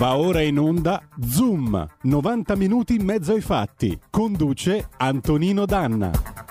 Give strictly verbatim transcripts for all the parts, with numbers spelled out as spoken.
Va ora in onda Zoom, novanta minuti in mezzo ai fatti. Conduce Antonino Danna.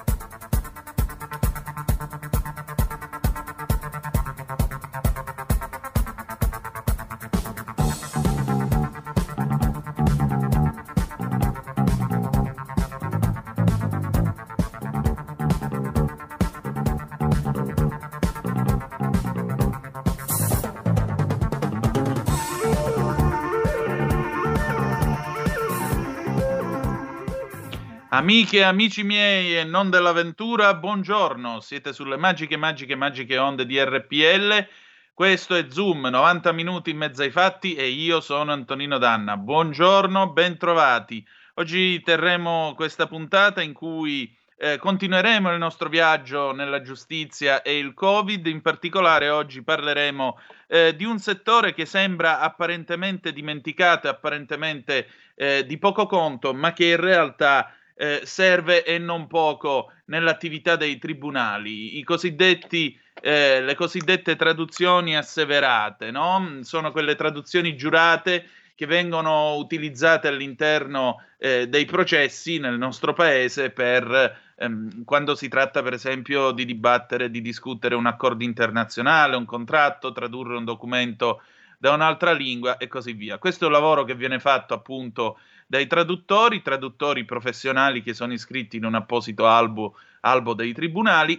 Amiche e amici miei e non dell'avventura, buongiorno, siete sulle magiche, magiche, magiche onde di R P L, questo è Zoom, novanta minuti in mezzo ai fatti e io sono Antonino Danna, buongiorno, bentrovati. Oggi terremo questa puntata in cui eh, continueremo il nostro viaggio nella giustizia e il Covid, in particolare oggi parleremo eh, di un settore che sembra apparentemente dimenticato, apparentemente eh, di poco conto, ma che in realtà Eh, serve e non poco nell'attività dei tribunali, i cosiddetti, eh, le cosiddette traduzioni asseverate, no? Sono quelle traduzioni giurate che vengono utilizzate all'interno eh, dei processi nel nostro paese per ehm, quando si tratta per esempio di dibattere, di discutere un accordo internazionale, un contratto, tradurre un documento da un'altra lingua e così via. Questo è un lavoro che viene fatto appunto dai traduttori, traduttori professionali che sono iscritti in un apposito albo, albo dei tribunali,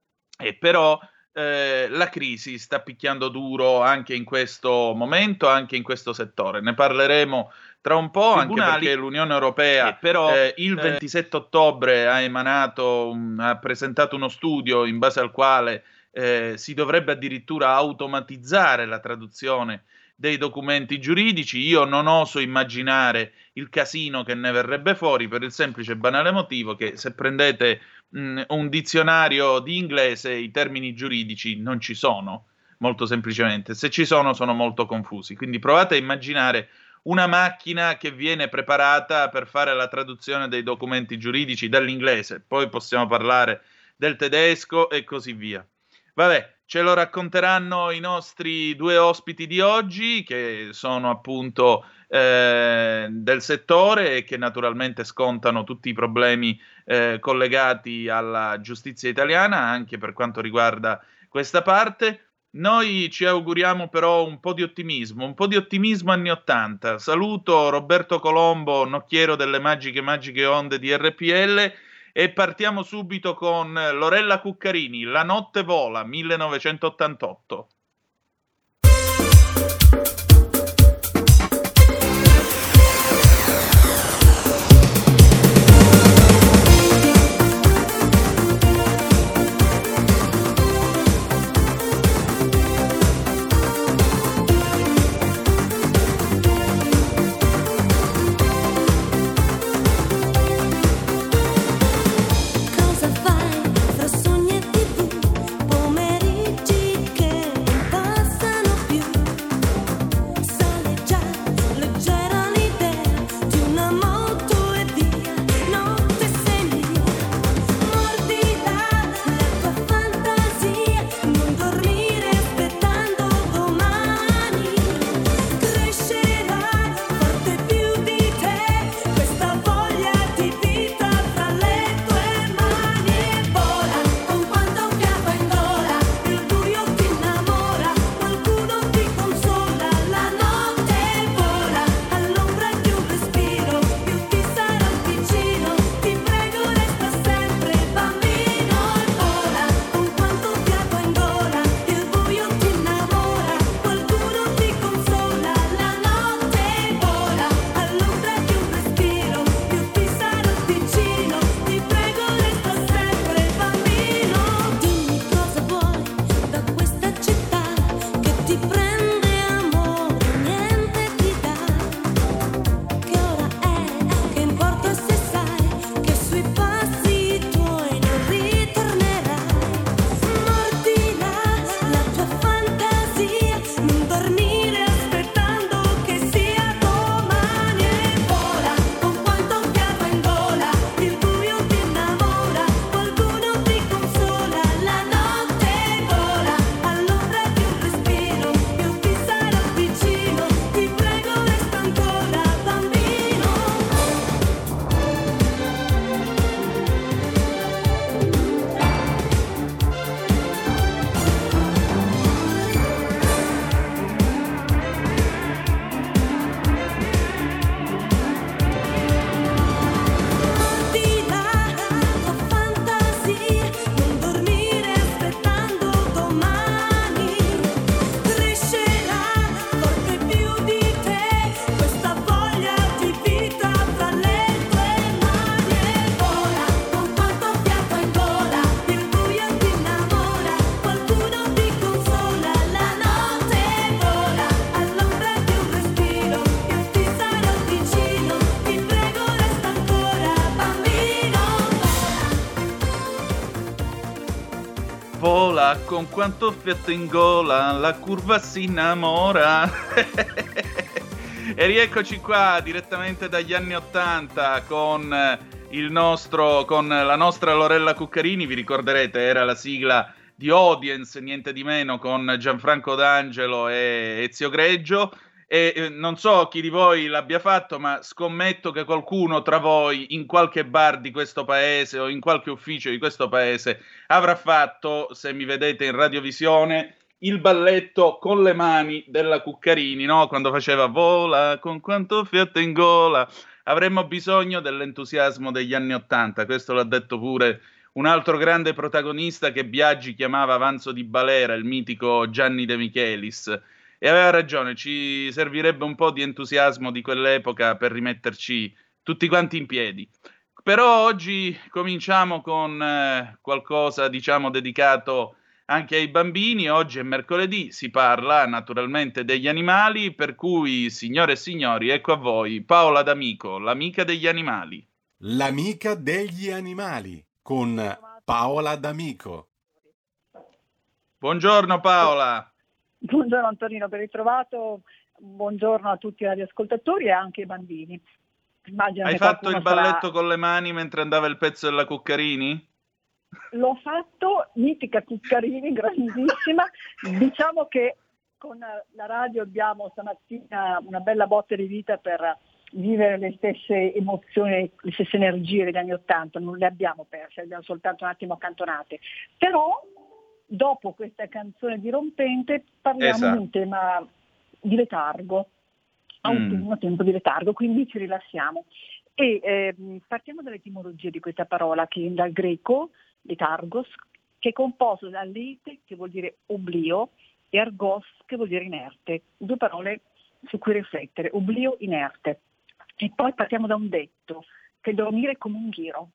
e però eh, la crisi sta picchiando duro anche in questo momento, anche in questo settore. Ne parleremo tra un po', anche perché l'Unione Europea eh, però, eh, il ventisette ottobre ha emanato, un, ha presentato uno studio in base al quale eh, si dovrebbe addirittura automatizzare la traduzione dei documenti giuridici. Io non oso immaginare il casino che ne verrebbe fuori, per il semplice e banale motivo che se prendete mh, un dizionario di inglese i termini giuridici non ci sono, molto semplicemente. Se ci sono, sono molto confusi. Quindi provate a immaginare una macchina che viene preparata per fare la traduzione dei documenti giuridici dall'inglese, poi possiamo parlare del tedesco e così via. Vabbè, ce lo racconteranno i nostri due ospiti di oggi, che sono appunto eh, del settore e che naturalmente scontano tutti i problemi eh, collegati alla giustizia italiana, anche per quanto riguarda questa parte. Noi ci auguriamo però un po' di ottimismo, un po' di ottimismo anni ottanta. Saluto Roberto Colombo, nocchiero delle magiche, magiche onde di R P L, e partiamo subito con Lorella Cuccarini, La notte vola, millenovecentottantotto. Cosa fai fra sogni e tivù, pomeriggi che vola, con quanto fiato in gola, la curva si innamora. E rieccoci qua direttamente dagli anni Ottanta con il nostro, con la nostra Lorella Cuccarini. Vi ricorderete, era la sigla di Audience, niente di meno, con Gianfranco D'Angelo e Ezio Greggio. E eh, non so chi di voi l'abbia fatto, ma scommetto che qualcuno tra voi in qualche bar di questo paese o in qualche ufficio di questo paese avrà fatto, se mi vedete in radiovisione, il balletto con le mani della Cuccarini, no? Quando faceva vola con quanto fiato in gola. Avremmo bisogno dell'entusiasmo degli anni Ottanta, questo l'ha detto pure un altro grande protagonista che Biagi chiamava Avanzo di Balera, il mitico Gianni De Michelis. E aveva ragione, ci servirebbe un po' di entusiasmo di quell'epoca per rimetterci tutti quanti in piedi. Però oggi cominciamo con eh, qualcosa, diciamo, dedicato anche ai bambini. Oggi è mercoledì, si parla naturalmente degli animali, per cui, signore e signori, ecco a voi Paola D'Amico, l'amica degli animali. L'amica degli animali con Paola D'Amico. Buongiorno Paola. Buongiorno Antonino, ben ritrovato, buongiorno a tutti gli ascoltatori e anche ai bambini. Immagino Hai che fatto il balletto sarà... con le mani mentre andava il pezzo della Cuccarini? L'ho fatto, mitica Cuccarini, grandissima. Diciamo che con la radio abbiamo stamattina una bella botta di vita per vivere le stesse emozioni, le stesse energie degli anni Ottanta, non le abbiamo perse, le abbiamo soltanto un attimo accantonate. Però dopo questa canzone dirompente parliamo Esatto. di un tema di letargo, autunno, mm. tempo di letargo, quindi ci rilassiamo. E eh, partiamo dall'etimologia di questa parola, che è dal greco letargos, che è composto da lete, che vuol dire oblio, e argos, che vuol dire inerte. Due parole su cui riflettere, oblio, inerte. E poi partiamo da un detto, che è dormire come un ghiro.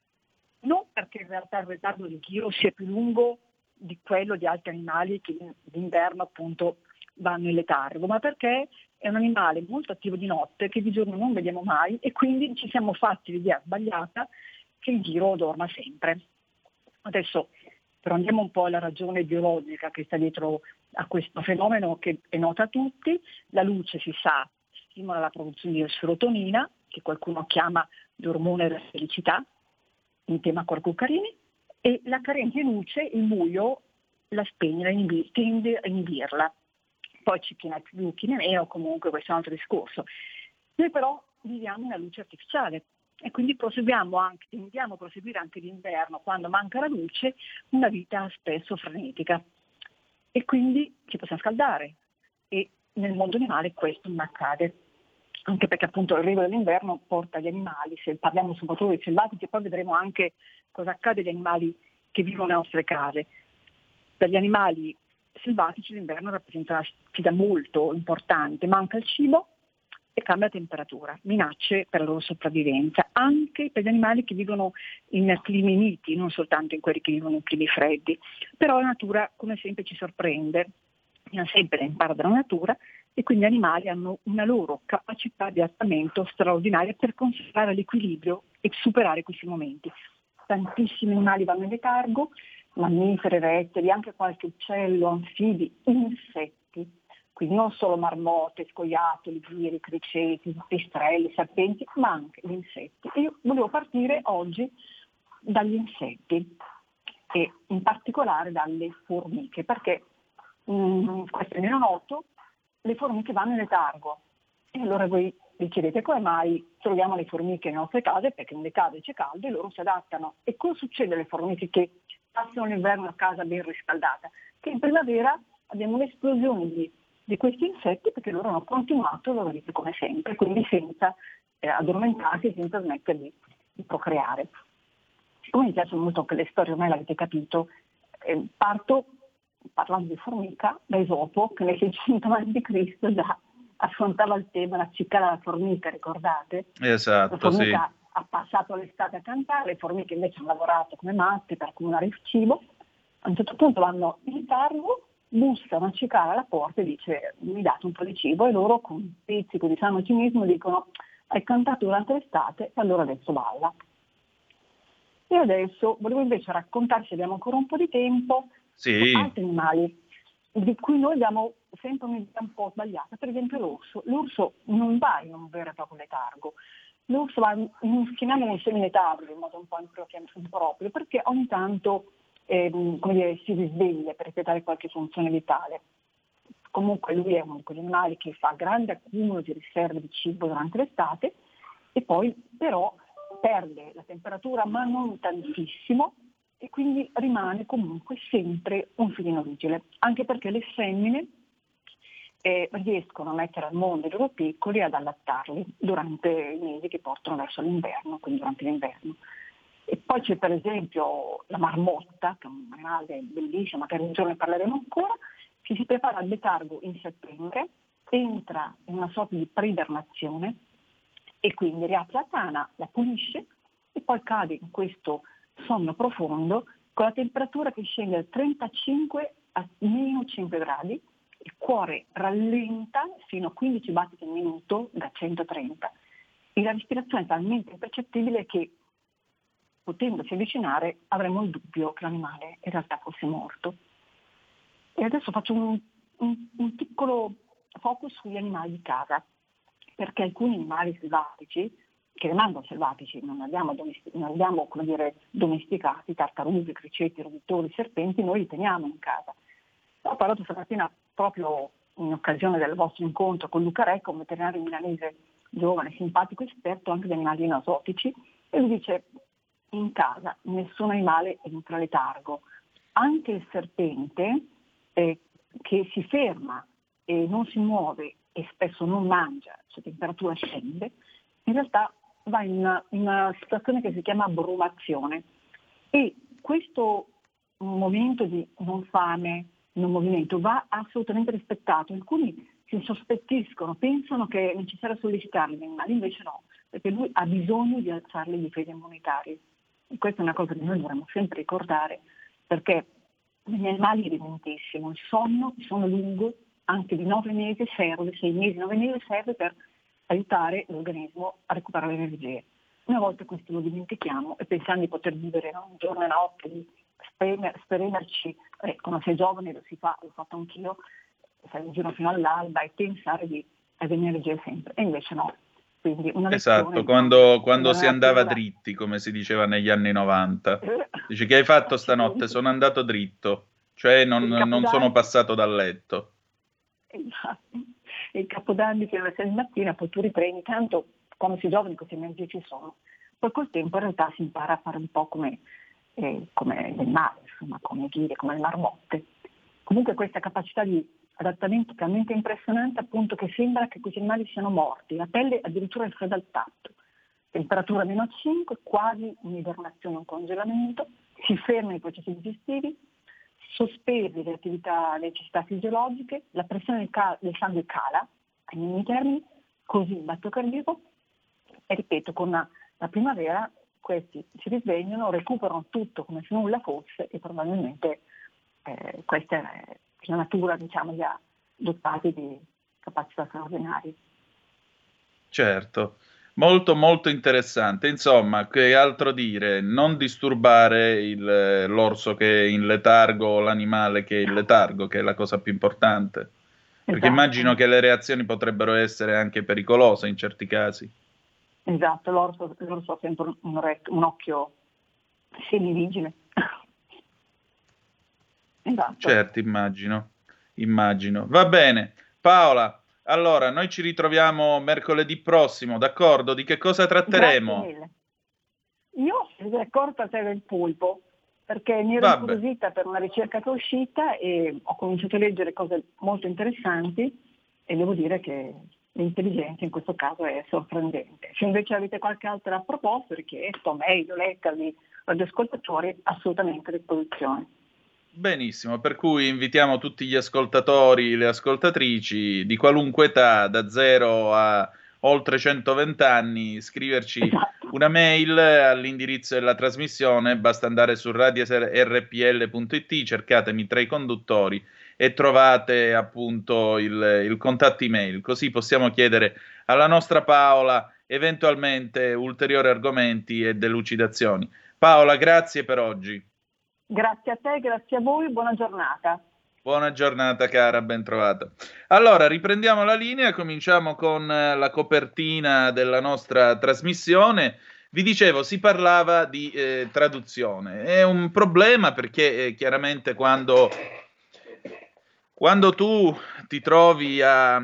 Non perché in realtà il letargo del ghiro sia più lungo di quello di altri animali che d'inverno appunto vanno in letargo, ma perché è un animale molto attivo di notte che di giorno non vediamo mai e quindi ci siamo fatti l'idea sbagliata che il ghiro dorma sempre. Adesso però andiamo un po' alla ragione biologica che sta dietro a questo fenomeno che è nota a tutti. La luce, si sa, stimola la produzione di serotonina, che qualcuno chiama l'ormone della felicità, in tema col Cuccarini, e la carenza di luce, il buio, la spegne, la inibir, tende a inibirla. Poi ci chi ne ha più, chi ne meno, comunque questo è un altro discorso. Noi però viviamo una luce artificiale e quindi proseguiamo anche, tendiamo a proseguire anche d'inverno, quando manca la luce, una vita spesso frenetica. E quindi ci possiamo scaldare e nel mondo animale questo non accade. Anche perché appunto l'arrivo dell'inverno porta gli animali, se parliamo soprattutto dei selvatici, poi vedremo anche cosa accade agli animali che vivono nelle nostre case. Per gli animali selvatici l'inverno rappresenta una sfida molto importante, manca il cibo e cambia la temperatura, minacce per la loro sopravvivenza, anche per gli animali che vivono in climi miti, non soltanto in quelli che vivono in climi freddi. Però la natura come sempre ci sorprende, bisogna sempre imparare dalla natura e quindi gli animali hanno una loro capacità di adattamento straordinaria per conservare l'equilibrio e superare questi momenti. Tantissimi animali vanno in letargo, mammiferi, rettili, anche qualche uccello, anfibi, insetti, quindi non solo marmotte, scoiattoli, ghiri, criceti, pipistrelli, serpenti, ma anche gli insetti. E io volevo partire oggi dagli insetti e in particolare dalle formiche, perché mh, questo è meno noto, le formiche vanno in letargo. E allora voi vi chiedete come mai troviamo le formiche nelle nostre case, perché nelle case c'è caldo e loro si adattano. E cosa succede alle formiche che passano l'inverno a casa ben riscaldata? Che in primavera abbiamo un'esplosione di, di questi insetti perché loro hanno continuato la loro vita come sempre, quindi senza eh, addormentarsi, senza smettere di, di procreare. Siccome mi piacciono molto anche le storie, ormai l'avete capito, eh, parto parlando di formica da Esopo, che nel seicento avanti Cristo già affrontava il tema, la cicala della formica, ricordate? Esatto, la formica sì. ha passato l'estate a cantare, le formiche invece hanno lavorato come matte per accumulare il cibo. A un certo punto vanno in letargo, bussa una cicala alla porta e dice mi date un po' di cibo, e loro con un pizzico di sano cinismo dicono hai cantato durante l'estate e allora adesso balla. E adesso volevo invece raccontarci, abbiamo ancora un po' di tempo, Sì. altri animali di cui noi abbiamo sempre un'idea un po' sbagliata. Per esempio l'orso. L'orso non va in un vero e proprio letargo. L'orso va in un, chiamiamolo un semiletargo in modo un po' improprio, perché ogni tanto ehm, come dire, si risveglia per espletare qualche funzione vitale. Comunque lui è uno di quegli animali che fa grande accumulo di riserve di cibo durante l'estate e poi però perde la temperatura ma non tantissimo e quindi rimane comunque sempre un filino vigile, anche perché le femmine eh, riescono a mettere al mondo i loro piccoli e ad allattarli durante i mesi che portano verso l'inverno, quindi durante l'inverno. E poi c'è per esempio la marmotta, che è un animale bellissimo, magari un giorno ne parleremo ancora, che si prepara al letargo in settembre, entra in una sorta di pre-ibernazione e quindi riapre la tana, la pulisce e poi cade in questo sonno profondo con la temperatura che scende da trentacinque a meno cinque gradi, il cuore rallenta fino a quindici battiti al minuto da centotrenta e la respirazione è talmente impercettibile che potendosi avvicinare avremo il dubbio che l'animale in realtà fosse morto. E adesso faccio un, un, un piccolo focus sugli animali di casa, perché alcuni animali selvatici, che rimangono selvatici, non abbiamo, domestic- non abbiamo come dire, domesticati, tartarughe, criceti, roditori, serpenti, noi li teniamo in casa. Ho parlato stamattina proprio in occasione del vostro incontro con Luca Recco, un veterinario milanese giovane, simpatico, esperto anche di animali esotici, e lui dice: in casa nessun animale entra letargo, anche il serpente eh, che si ferma e non si muove e spesso non mangia, se la temperatura scende, in realtà va in una, in una situazione che si chiama brumazione e questo momento di non fame, non movimento va assolutamente rispettato. Alcuni si sospettiscono, pensano che è necessario sollecitarli gli animali, invece no, perché lui ha bisogno di alzare le difese immunitarie. E questa è una cosa che noi dovremmo sempre ricordare, perché negli animali è evidentissimo, il sonno, il sonno lungo, anche di nove mesi serve, sei mesi, nove mesi serve per aiutare l'organismo a recuperare le energie. Una volta questo lo dimentichiamo e pensiamo di poter vivere no, un giorno e notte, di spremer, spremerci, eh, quando sei giovane lo si fa, l'ho fatto anch'io, stai in giro fino all'alba e pensare di avere energie sempre, e invece no. Quindi una Esatto, lezione quando, diciamo, quando della si andava natura. dritti, come si diceva negli anni novanta. Dici che hai fatto stanotte? Sono andato dritto, cioè non, Il non sono capodanno, passato dal letto. esatto. Il capodanno che alle sei di mattina, poi tu riprendi, tanto quando si è giovani queste energie ci sono. Poi col tempo in realtà si impara a fare un po' come, eh, come nel mare, insomma, come ghire, come le marmotte. Comunque questa capacità di adattamento talmente impressionante appunto che sembra che questi animali siano morti, la pelle addirittura è fredda al tatto, temperatura meno cinque, quasi un'ibernazione, un congelamento, si fermano i processi digestivi, sospende le attività, le necessità fisiologiche, la pressione del, cal- del sangue cala ai minimi termini, così il battito cardiaco e ripeto, con la, la primavera questi si risvegliano, recuperano tutto come se nulla fosse e probabilmente eh, questa è la natura, diciamo, li ha dotati di capacità straordinarie. Certo, molto molto interessante. Insomma, che altro dire? Non disturbare il- l'orso che è in letargo o l'animale che è in letargo, che è la cosa più importante. Perché immagino Esatto, che le reazioni potrebbero essere anche pericolose in certi casi. esatto, l'orso, l'orso ha sempre un, re- un occhio semivigile. Esatto. Certo, immagino, immagino. Va bene, Paola, allora noi ci ritroviamo mercoledì prossimo, d'accordo? Di che cosa Grazie tratteremo? mille. Io sono accorta c'era il polpo, perché mi ero Vabbè, incuriosita per una ricerca che è uscita e ho cominciato a leggere cose molto interessanti e devo dire che l'intelligenza in questo caso è sorprendente. Se invece avete qualche altra proposta, richiesto, mail, lettera di radioascoltatori, assolutamente a disposizione. benissimo, per cui invitiamo tutti gli ascoltatori, le ascoltatrici di qualunque età, da zero a oltre centoventi anni, scriverci Esatto. una mail all'indirizzo della trasmissione, basta andare su radio r p l punto i t, cercatemi tra i conduttori e trovate appunto il, il contatto email, così possiamo chiedere alla nostra Paola eventualmente ulteriori argomenti e delucidazioni. Paola, grazie per oggi. Grazie a te, grazie a voi, buona giornata. Buona giornata cara, ben trovata. Allora, riprendiamo la linea, cominciamo con la copertina della nostra trasmissione. Vi dicevo, si parlava di eh, traduzione. È un problema perché eh, chiaramente quando, quando tu ti trovi a...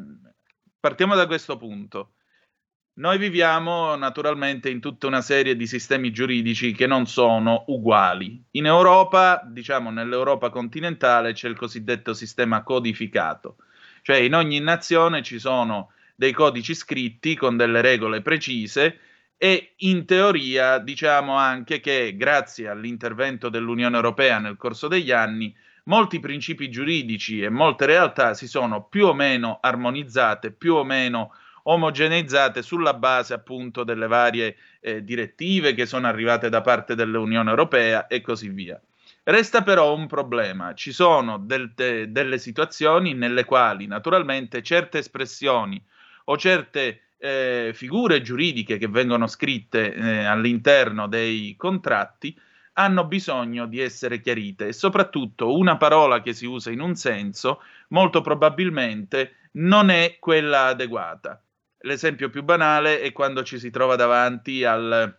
Partiamo da questo punto. Noi viviamo naturalmente in tutta una serie di sistemi giuridici che non sono uguali. In Europa, diciamo nell'Europa continentale, c'è il cosiddetto sistema codificato, cioè in ogni nazione ci sono dei codici scritti con delle regole precise e in teoria diciamo anche che grazie all'intervento dell'Unione Europea nel corso degli anni molti principi giuridici e molte realtà si sono più o meno armonizzate, più o meno omogeneizzate sulla base appunto delle varie eh, direttive che sono arrivate da parte dell'Unione Europea e così via. Resta però un problema, ci sono del, de, delle situazioni nelle quali naturalmente certe espressioni o certe eh, figure giuridiche che vengono scritte eh, all'interno dei contratti hanno bisogno di essere chiarite e soprattutto una parola che si usa in un senso molto probabilmente non è quella adeguata. L'esempio più banale è quando ci si trova davanti al,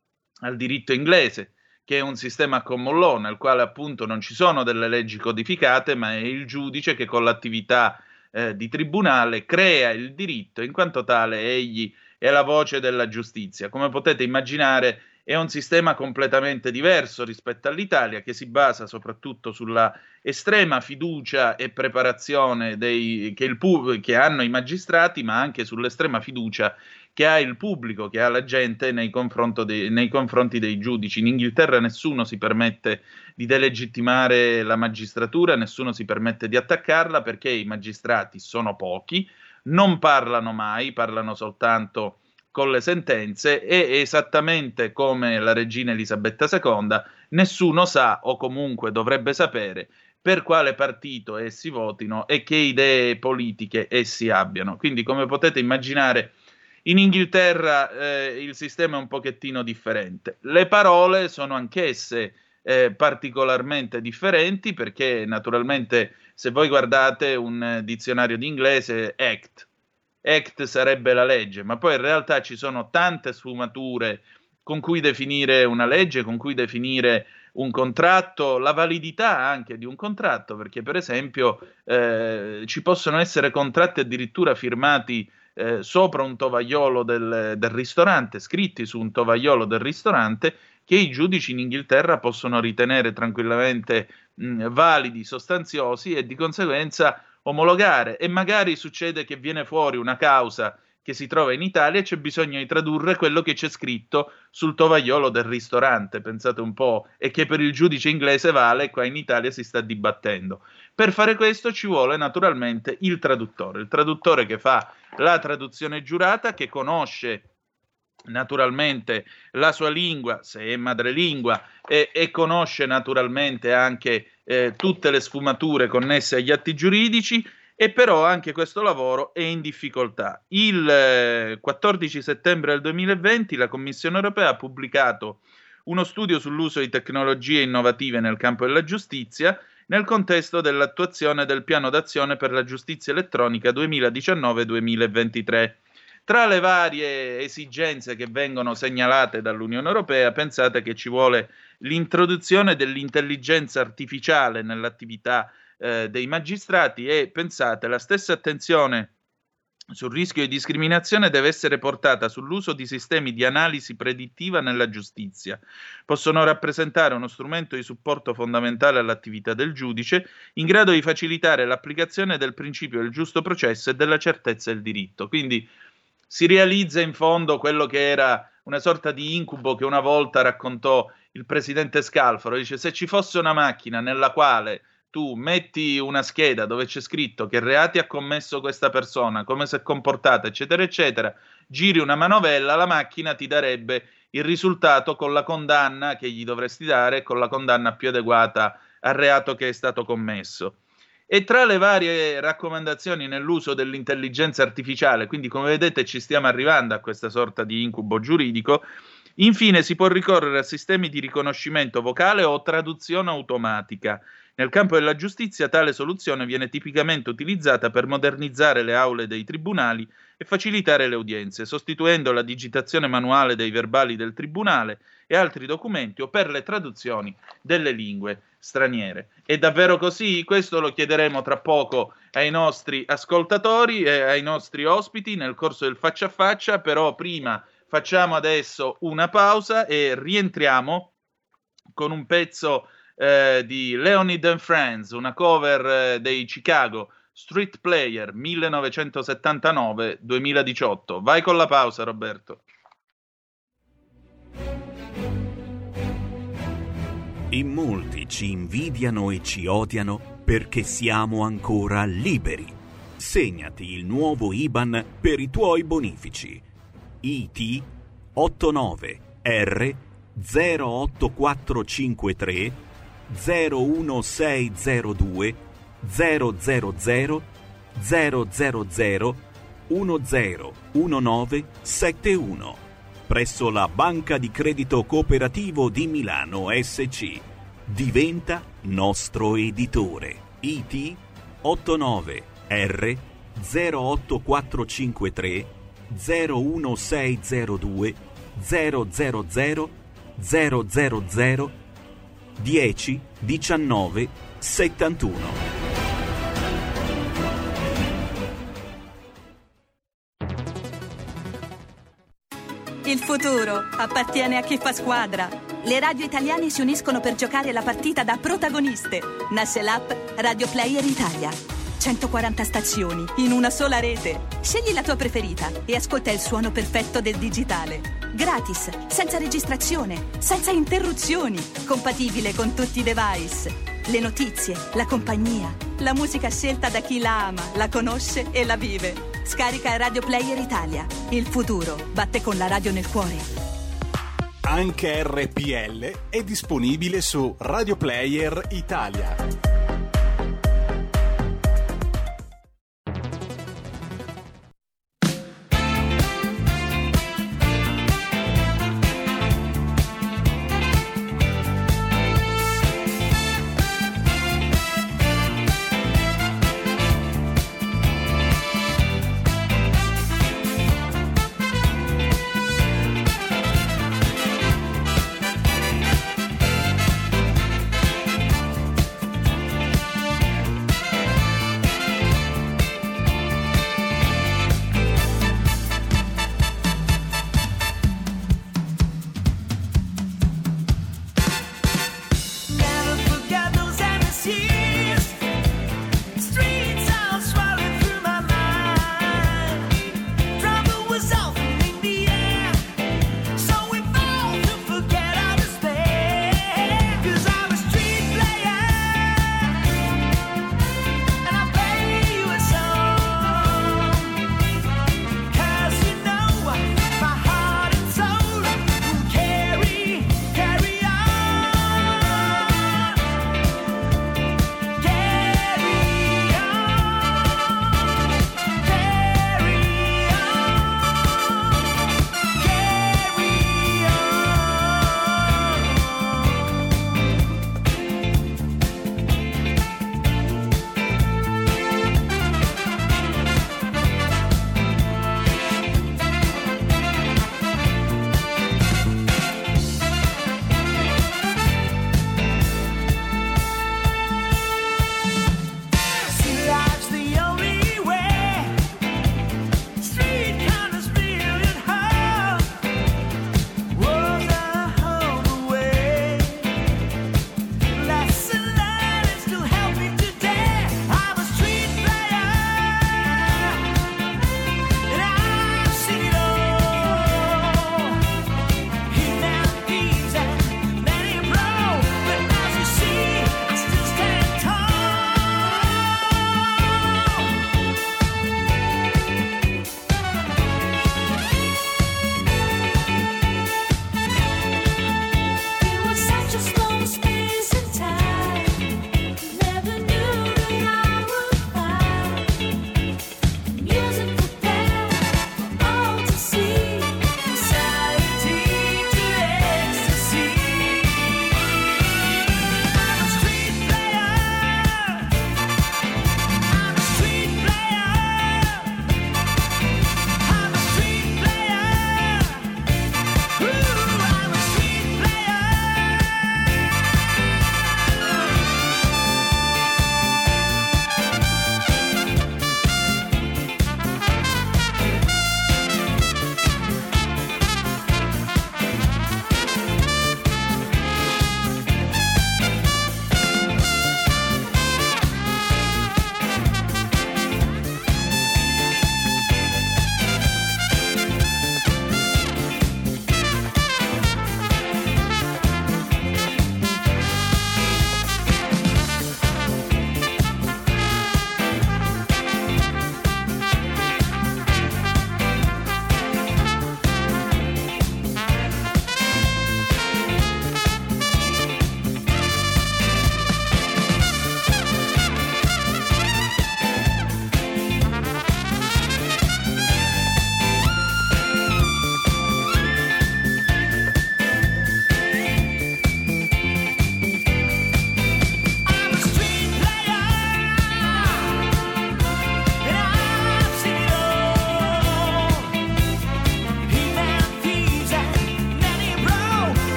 al diritto inglese, che è un sistema common law nel quale appunto non ci sono delle leggi codificate, ma è il giudice che con l'attività eh, di tribunale crea il diritto, in quanto tale egli è la voce della giustizia. Come potete immaginare è un sistema completamente diverso rispetto all'Italia, che si basa soprattutto sulla estrema fiducia e preparazione dei, che, il, che hanno i magistrati, ma anche sull'estrema fiducia che ha il pubblico, che ha la gente nei, dei, nei confronti dei giudici. In Inghilterra nessuno si permette di delegittimare la magistratura, nessuno si permette di attaccarla perché i magistrati sono pochi, non parlano mai, parlano soltanto con le sentenze e esattamente come la regina Elisabetta seconda nessuno sa o comunque dovrebbe sapere per quale partito essi votino e che idee politiche essi abbiano. Quindi come potete immaginare in Inghilterra eh, il sistema è un pochettino differente. Le parole sono anch'esse eh, particolarmente differenti perché naturalmente se voi guardate un dizionario di inglese act Act sarebbe la legge, ma poi in realtà ci sono tante sfumature con cui definire una legge, con cui definire un contratto, la validità anche di un contratto, perché per esempio eh, ci possono essere contratti addirittura firmati eh, sopra un tovagliolo del, del ristorante, scritti su un tovagliolo del ristorante, che i giudici in Inghilterra possono ritenere tranquillamente mh, validi, sostanziosi e di conseguenza omologare, e magari succede che viene fuori una causa che si trova in Italia e c'è bisogno di tradurre quello che c'è scritto sul tovagliolo del ristorante, pensate un po', e che per il giudice inglese vale, qua in Italia si sta dibattendo. Per fare questo ci vuole naturalmente il traduttore, il traduttore che fa la traduzione giurata, che conosce naturalmente la sua lingua, se è madrelingua, e, e conosce naturalmente anche eh, tutte le sfumature connesse agli atti giuridici, e però anche questo lavoro è in difficoltà. Il eh, quattordici settembre del duemilaventi la Commissione europea ha pubblicato uno studio sull'uso di tecnologie innovative nel campo della giustizia nel contesto dell'attuazione del piano d'azione per la giustizia elettronica duemiladiciannove duemilaventitré. Tra le varie esigenze che vengono segnalate dall'Unione Europea, pensate che ci vuole l'introduzione dell'intelligenza artificiale nell'attività eh, dei magistrati e pensate la stessa attenzione sul rischio di discriminazione deve essere portata sull'uso di sistemi di analisi predittiva nella giustizia. Possono rappresentare uno strumento di supporto fondamentale all'attività del giudice, in grado di facilitare l'applicazione del principio del giusto processo e della certezza del diritto. Quindi si realizza in fondo quello che era una sorta di incubo che una volta raccontò il presidente Scalfaro. Dice: se ci fosse una macchina nella quale tu metti una scheda dove c'è scritto che reati ha commesso questa persona, come si è comportata, eccetera, eccetera, giri una manovella, la macchina ti darebbe il risultato con la condanna che gli dovresti dare, con la condanna più adeguata al reato che è stato commesso. E tra le varie raccomandazioni nell'uso dell'intelligenza artificiale, quindi come vedete ci stiamo arrivando a questa sorta di incubo giuridico, Infine si può ricorrere a sistemi di riconoscimento vocale o traduzione automatica. Nel campo della giustizia tale soluzione viene tipicamente utilizzata per modernizzare le aule dei tribunali e facilitare le udienze, sostituendo la digitazione manuale dei verbali del tribunale e altri documenti o per le traduzioni delle lingue straniere. È davvero così? Questo lo chiederemo tra poco ai nostri ascoltatori e ai nostri ospiti nel corso del faccia a faccia, però prima facciamo adesso una pausa e rientriamo con un pezzo eh, di Leonid and Friends, una cover eh, dei Chicago Street Player millenovecentosettantanove duemiladiciotto. Vai con la pausa, Roberto. In molti ci invidiano e ci odiano perché siamo ancora liberi. Segnati il nuovo I B A N per i tuoi bonifici. I T ottantanove R zero otto quattro cinque tre zero uno sei zero due zero zero zero zero zero zero uno zero uno nove sette uno presso la Banca di Credito Cooperativo di Milano S C. Diventa nostro editore. I T ottantanove R zero otto quattro cinque tre zero uno sei zero due zero zero zero zero zero zero dieci diciannove settantuno. Il futuro appartiene a chi fa squadra. Le radio italiane si uniscono per giocare la partita da protagoniste. Nasce l'app Radio Player Italia. centoquaranta stazioni in una sola rete. Scegli la tua preferita e ascolta il suono perfetto del digitale. Gratis, senza registrazione, senza interruzioni. Compatibile con tutti i device. Le notizie, la compagnia, la musica scelta da chi la ama, la conosce e la vive. Scarica Radio Player Italia. Il futuro batte con la radio nel cuore. Anche R P L è disponibile su Radio Player Italia.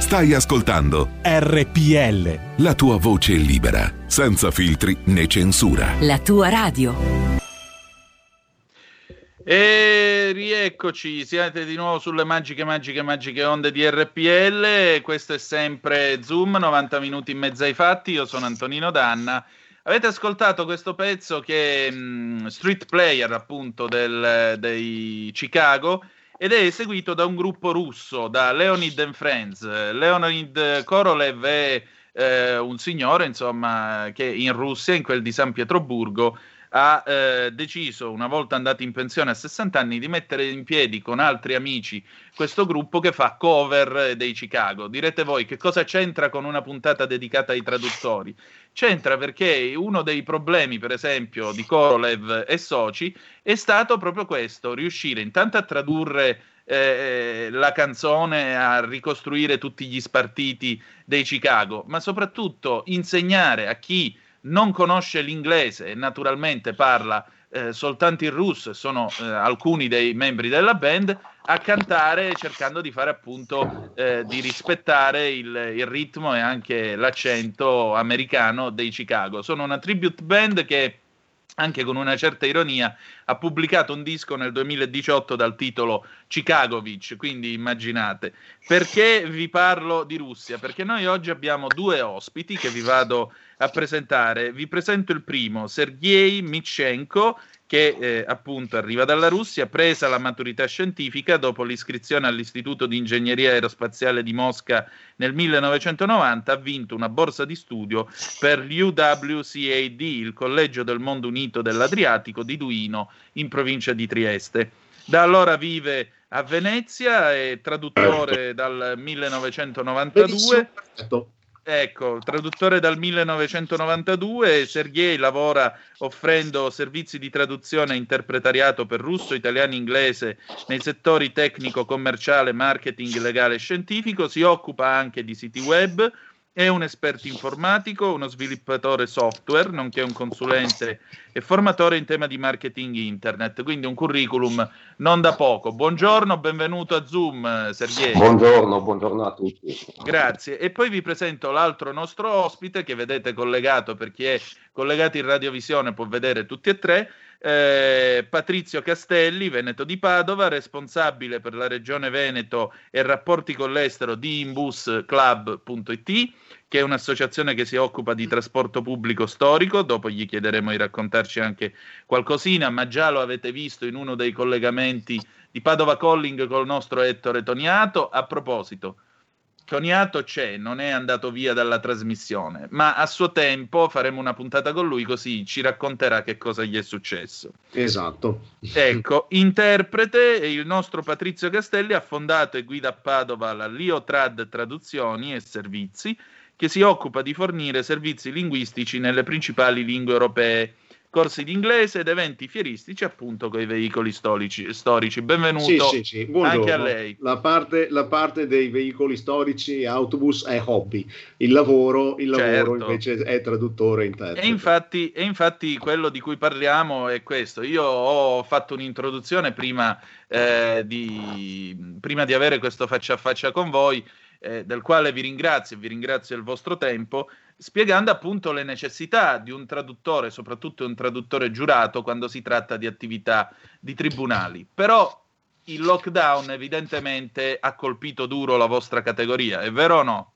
Stai ascoltando R P L, la tua voce libera, senza filtri né censura. La tua radio. E rieccoci, siete di nuovo sulle magiche, magiche, magiche onde di R P L. Questo è sempre Zoom, novanta minuti in mezzo ai fatti. Io sono Antonino Danna. Avete ascoltato questo pezzo che è mh, Street Player, appunto, del, dei Chicago, ed è eseguito da un gruppo russo, da Leonid and Friends. Leonid Korolev è eh, un signore, insomma, che in Russia, in quel di San Pietroburgo, ha eh, deciso, una volta andato in pensione a sessanta anni, di mettere in piedi con altri amici questo gruppo che fa cover dei Chicago. Direte voi, che cosa c'entra con una puntata dedicata ai traduttori? C'entra perché uno dei problemi, per esempio, di Korolev e soci è stato proprio questo: riuscire intanto a tradurre eh, la canzone, a ricostruire tutti gli spartiti dei Chicago, ma soprattutto insegnare a chi non conosce l'inglese e naturalmente parla eh, soltanto il russo, e sono eh, alcuni dei membri della band, a cantare, cercando di fare appunto eh, di rispettare il, il ritmo e anche l'accento americano dei Chicago. Sono una tribute band che, anche con una certa ironia, ha pubblicato un disco nel duemiladiciotto dal titolo Chicagovich, quindi immaginate. Perché vi parlo di Russia? Perché noi oggi abbiamo due ospiti che vi vado a presentare. Vi presento il primo, Sergei Mitchenko, che eh, appunto arriva dalla Russia, presa la maturità scientifica dopo l'iscrizione all'Istituto di Ingegneria Aerospaziale di Mosca nel millenovecentonovanta, ha vinto una borsa di studio per l'U W C A D, il Collegio del Mondo Unito dell'Adriatico di Duino, in provincia di Trieste. Da allora vive a Venezia, è traduttore dal millenovecentonovantadue. Ecco, traduttore dal millenovecentonovantadue, Sergei lavora offrendo servizi di traduzione e interpretariato per russo, italiano e inglese nei settori tecnico, commerciale, marketing, legale e scientifico. Si occupa anche di siti web, è un esperto informatico, uno sviluppatore software, nonché un consulente e formatore in tema di marketing internet, quindi un curriculum non da poco. Buongiorno, benvenuto a Zoom, Sergei. Buongiorno, buongiorno a tutti. Grazie. E poi vi presento l'altro nostro ospite, che vedete collegato, per chi è collegato in radiovisione può vedere tutti e tre, eh, Patrizio Castelli, veneto di Padova, responsabile per la regione Veneto e rapporti con l'estero di imbus club punto it, che è un'associazione che si occupa di trasporto pubblico storico. Dopo gli chiederemo di raccontarci anche qualcosina, ma già lo avete visto in uno dei collegamenti di Padova Calling col nostro Ettore Toniato. A proposito, Toniato c'è, non è andato via dalla trasmissione, ma a suo tempo faremo una puntata con lui, così ci racconterà che cosa gli è successo. Esatto. Ecco, interprete, il nostro Patrizio Castelli ha fondato e guida a Padova la Liotrad Traduzioni e Servizi, che si occupa di fornire servizi linguistici nelle principali lingue europee, corsi di inglese ed eventi fieristici appunto con i veicoli storici. storici. Benvenuto sì, sì, sì. Anche a lei. La parte, la parte dei veicoli storici, autobus, è hobby. Il lavoro, il lavoro certo. invece è traduttore e interprete. E infatti, e infatti quello di cui parliamo è questo. Io ho fatto un'introduzione prima, eh, di, prima di avere questo faccia a faccia con voi, eh, del quale vi ringrazio e vi ringrazio del vostro tempo, spiegando appunto le necessità di un traduttore, soprattutto un traduttore giurato, quando si tratta di attività di tribunali. Però il lockdown evidentemente ha colpito duro la vostra categoria, è vero o no?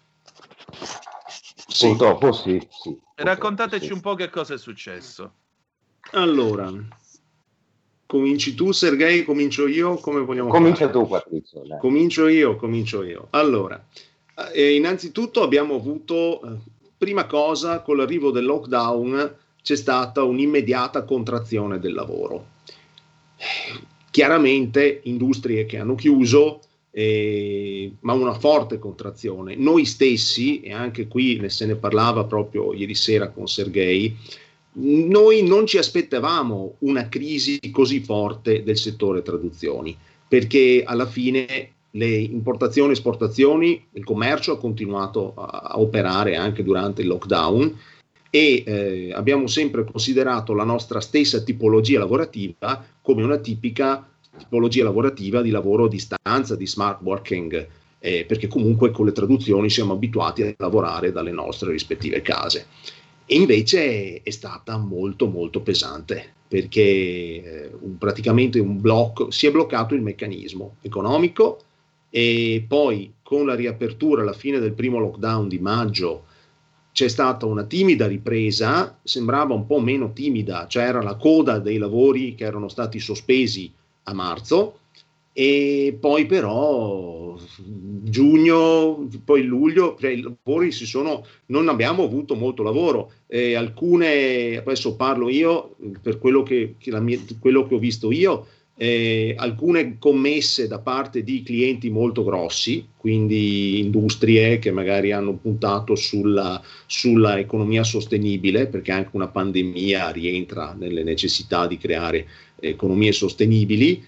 Sì. Purtroppo sì, sì. Purtroppo Raccontateci sì. un po' che cosa è successo. Allora, cominci tu, Sergei, comincio io, come vogliamo Comincia fare? tu, Patrizio. Dai. Comincio io, comincio io. Allora, eh, innanzitutto abbiamo avuto... Eh, prima cosa, con l'arrivo del lockdown c'è stata un'immediata contrazione del lavoro. Chiaramente industrie che hanno chiuso, eh, ma una forte contrazione. Noi stessi, e anche qui ne se ne parlava proprio ieri sera con Sergei, noi non ci aspettavamo una crisi così forte del settore traduzioni, perché alla fine le importazioni e esportazioni, il commercio ha continuato a, a operare anche durante il lockdown e eh, abbiamo sempre considerato la nostra stessa tipologia lavorativa come una tipica tipologia lavorativa di lavoro a distanza, di smart working. eh, perché comunque con le traduzioni siamo abituati a lavorare dalle nostre rispettive case. E invece è stata molto molto pesante, perché eh, un, praticamente un blocco, si è bloccato il meccanismo economico, e poi con la riapertura alla fine del primo lockdown di maggio c'è stata una timida ripresa, sembrava un po' meno timida, cioè era la coda dei lavori che erano stati sospesi a marzo, e poi però giugno, poi luglio, cioè i lavori si sono, non abbiamo avuto molto lavoro, eh, alcune, adesso parlo io per quello che, che, la mia, quello che ho visto io, eh, alcune commesse da parte di clienti molto grossi, quindi industrie che magari hanno puntato sulla, sulla economia sostenibile, perché anche una pandemia rientra nelle necessità di creare economie sostenibili.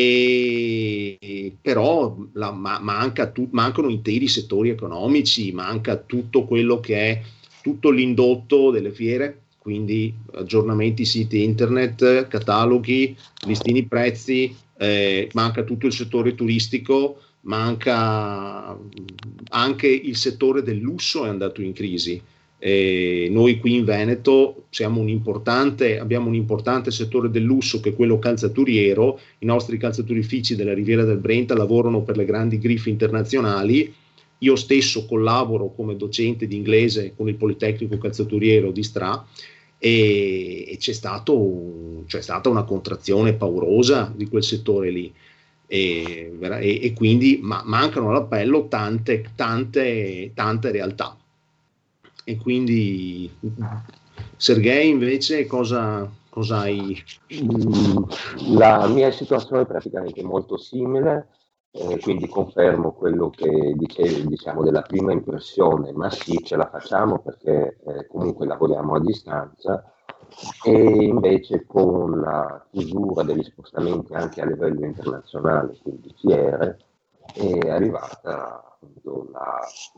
E però la, ma, manca tu, mancano interi settori economici, manca tutto quello che è tutto l'indotto delle fiere, quindi aggiornamenti siti internet, cataloghi, listini prezzi, eh, manca tutto il settore turistico, manca anche il settore del lusso, è andato in crisi. Eh, noi qui in Veneto siamo un importante, abbiamo un importante settore del lusso, che è quello calzaturiero. I nostri calzaturifici della Riviera del Brenta lavorano per le grandi griffe internazionali. Io stesso collaboro come docente di inglese con il Politecnico Calzaturiero di Stra, e, e c'è, stato un, c'è stata una contrazione paurosa di quel settore lì, e, e, e quindi ma, mancano all'appello tante, tante, tante realtà. E quindi Sergei invece cosa, cosa hai? La mia situazione è praticamente molto simile, eh, quindi confermo quello che dicevi, diciamo, della prima impressione, ma sì, ce la facciamo perché eh, comunque lavoriamo a distanza, e invece con la chiusura degli spostamenti anche a livello internazionale, quindi fiere, è arrivata la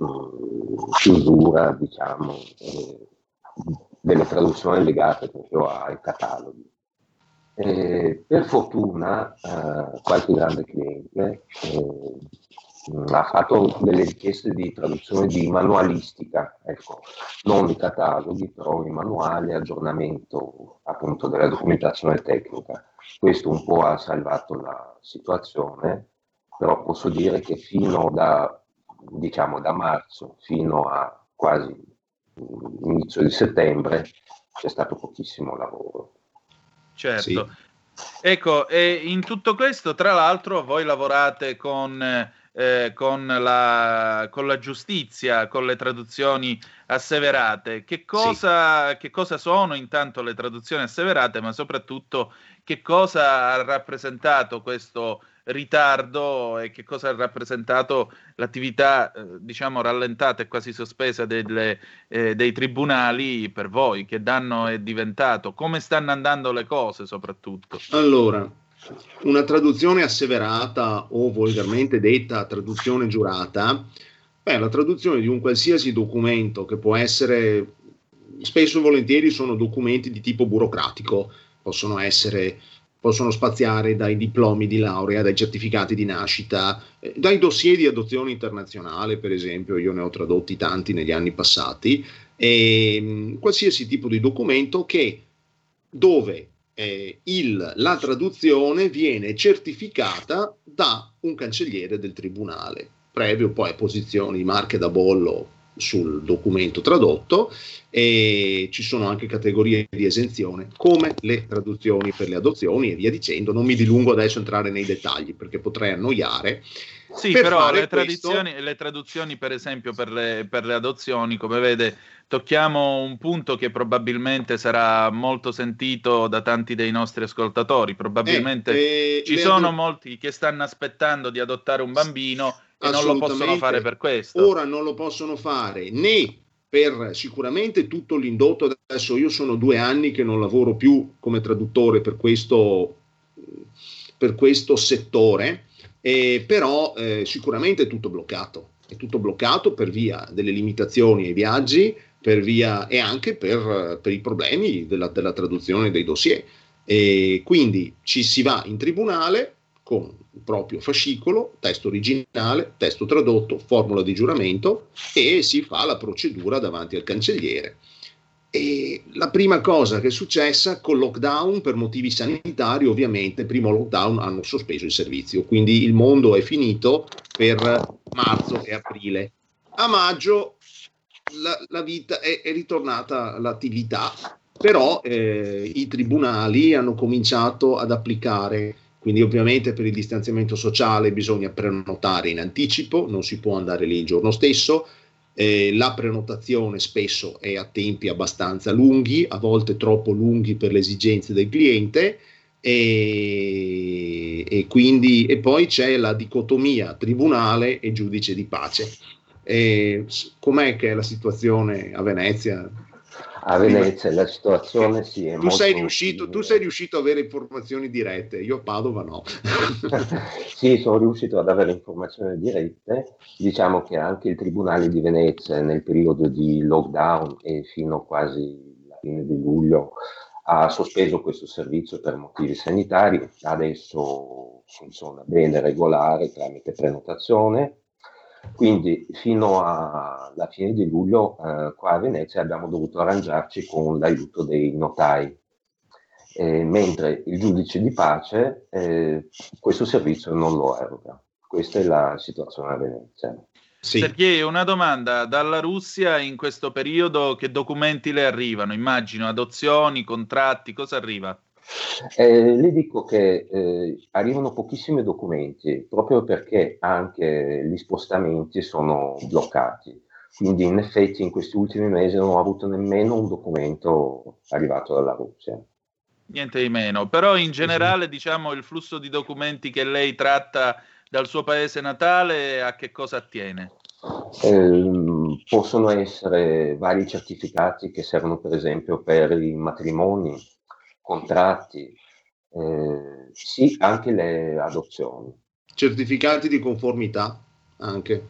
mh, chiusura, diciamo, eh, delle traduzioni legate proprio ai cataloghi. Eh, per fortuna eh, qualche grande cliente eh, mh, ha fatto delle richieste di traduzione di manualistica, ecco, non i cataloghi, però i manuali, aggiornamento appunto della documentazione tecnica. Questo un po' ha salvato la situazione, però posso dire che fino da diciamo da marzo fino a quasi inizio di settembre c'è stato pochissimo lavoro. Certo. Sì. Ecco, e in tutto questo, tra l'altro, voi lavorate con, eh, con, la, con la giustizia, con le traduzioni asseverate. Che cosa, sì. che cosa sono intanto le traduzioni asseverate, ma soprattutto che cosa ha rappresentato questo ritardo e che cosa ha rappresentato l'attività eh, diciamo rallentata e quasi sospesa delle, eh, dei tribunali per voi? Che danno è diventato? Come stanno andando le cose soprattutto? Allora, una traduzione asseverata, o volgarmente detta traduzione giurata, beh, la traduzione di un qualsiasi documento, che può essere, spesso e volentieri sono documenti di tipo burocratico, possono essere possono spaziare dai diplomi di laurea, dai certificati di nascita, eh, dai dossier di adozione internazionale, per esempio. Io ne ho tradotti tanti negli anni passati, e mh, qualsiasi tipo di documento che dove eh, il, la traduzione viene certificata da un cancelliere del tribunale, previo poi apposizione di marche da bollo sul documento tradotto, e ci sono anche categorie di esenzione come le traduzioni per le adozioni e via dicendo. Non mi dilungo adesso a entrare nei dettagli perché potrei annoiare. Sì, per però le, questo... traduzioni, le traduzioni per esempio per le, per le adozioni, come vede, tocchiamo un punto che probabilmente sarà molto sentito da tanti dei nostri ascoltatori. Probabilmente eh, eh, ci sono adot- molti che stanno aspettando di adottare un bambino e non lo possono fare per questo. Ora non lo possono fare né per sicuramente tutto l'indotto. Adesso io sono due anni che non lavoro più come traduttore per questo, per questo settore, eh, però eh, sicuramente è tutto bloccato. È tutto bloccato per via delle limitazioni ai viaggi, per via e anche per, per i problemi della, della traduzione dei dossier. E quindi ci si va in tribunale, con il proprio fascicolo, testo originale, testo tradotto, formula di giuramento, e si fa la procedura davanti al cancelliere. E la prima cosa che è successa col lockdown, per motivi sanitari, ovviamente, il primo lockdown hanno sospeso il servizio, quindi il mondo è finito per marzo e aprile. A maggio la, la vita è, è ritornata all'attività, però eh, i tribunali hanno cominciato ad applicare, quindi ovviamente per il distanziamento sociale bisogna prenotare in anticipo, non si può andare lì il giorno stesso. Eh, la prenotazione spesso è a tempi abbastanza lunghi, a volte troppo lunghi per le esigenze del cliente, e, e quindi e poi c'è la dicotomia tribunale e giudice di pace. E com'è che è la situazione a Venezia? A Venezia la situazione sì, è tu molto sei riuscito simile. Tu sei riuscito ad avere informazioni dirette, io a Padova no. Sì, sono riuscito ad avere informazioni dirette. Diciamo che anche il Tribunale di Venezia nel periodo di lockdown e fino quasi alla fine di luglio ha sospeso questo servizio per motivi sanitari. Adesso funziona bene, regolare, tramite prenotazione. Quindi fino alla fine di luglio eh, qua a Venezia abbiamo dovuto arrangiarci con l'aiuto dei notai, eh, mentre il giudice di pace eh, questo servizio non lo eroga. Questa è la situazione a Venezia. Sì. Sergei, una domanda: dalla Russia in questo periodo che documenti le arrivano? Immagino adozioni, contratti, cosa arriva? Eh, le dico che eh, arrivano pochissimi documenti, proprio perché anche gli spostamenti sono bloccati, quindi in effetti in questi ultimi mesi non ho avuto nemmeno un documento arrivato dalla Russia. Niente di meno, però in generale diciamo il flusso di documenti che lei tratta dal suo paese natale a che cosa attiene? Eh, possono essere vari certificati che servono per esempio per i matrimoni, contratti, eh, sì, anche le adozioni. Certificati di conformità anche,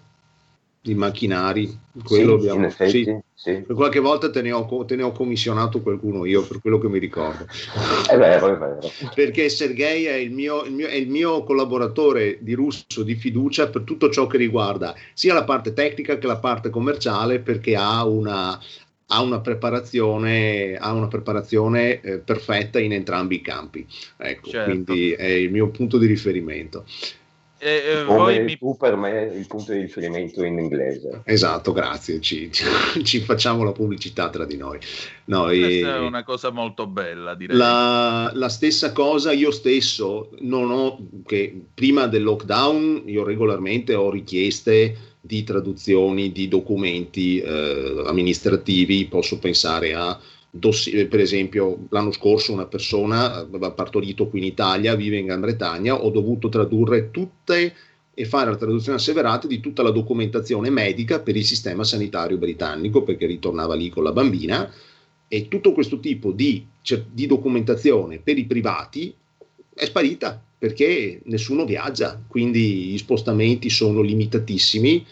di macchinari, quello sì, abbiamo, in effetti, sì. Sì. Per qualche volta te ne, ho, te ne ho commissionato qualcuno io, per quello che mi ricordo. È vero, è vero. Perché Sergei è il mio, il mio, è il mio collaboratore di russo di fiducia per tutto ciò che riguarda sia la parte tecnica che la parte commerciale, perché ha una... ha una preparazione, ha una preparazione eh, perfetta in entrambi i campi. Ecco, certo. Quindi è il mio punto di riferimento. Eh, eh, Come voi mi... tu per me il punto di riferimento in inglese. Esatto, grazie, ci, ci, ci facciamo la pubblicità tra di noi. No, Questa e... è una cosa molto bella, direi. La, la stessa cosa io stesso non ho, che prima del lockdown io regolarmente ho richieste di traduzioni di documenti eh, amministrativi. Posso pensare a dossier, per esempio l'anno scorso una persona aveva partorito qui in Italia, vive in Gran Bretagna, ho dovuto tradurre tutte e fare la traduzione asseverata di tutta la documentazione medica per il sistema sanitario britannico, perché ritornava lì con la bambina, e tutto questo tipo di, cioè, di documentazione per i privati è sparita perché nessuno viaggia, quindi gli spostamenti sono limitatissimi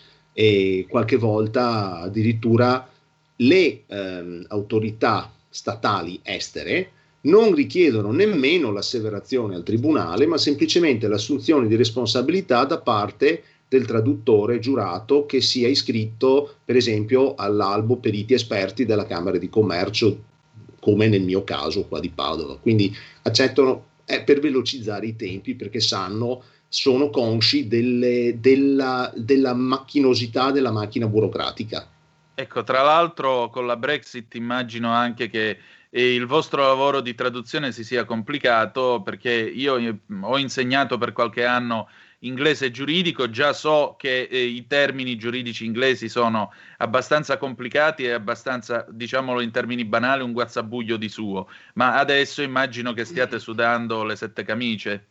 e qualche volta addirittura le ehm, autorità statali estere non richiedono nemmeno l'asseverazione al tribunale, ma semplicemente l'assunzione di responsabilità da parte del traduttore giurato che sia iscritto, per esempio, all'albo periti esperti della Camera di Commercio, come nel mio caso qua di Padova. Quindi accettano eh, per velocizzare i tempi, perché sanno, sono consci delle, della, della macchinosità della macchina burocratica. Ecco, tra l'altro con la Brexit immagino anche che eh, il vostro lavoro di traduzione si sia complicato, perché io eh, ho insegnato per qualche anno inglese giuridico, già so che eh, i termini giuridici inglesi sono abbastanza complicati e abbastanza, diciamolo in termini banali, un guazzabuglio di suo, ma adesso immagino che stiate sudando le sette camicie.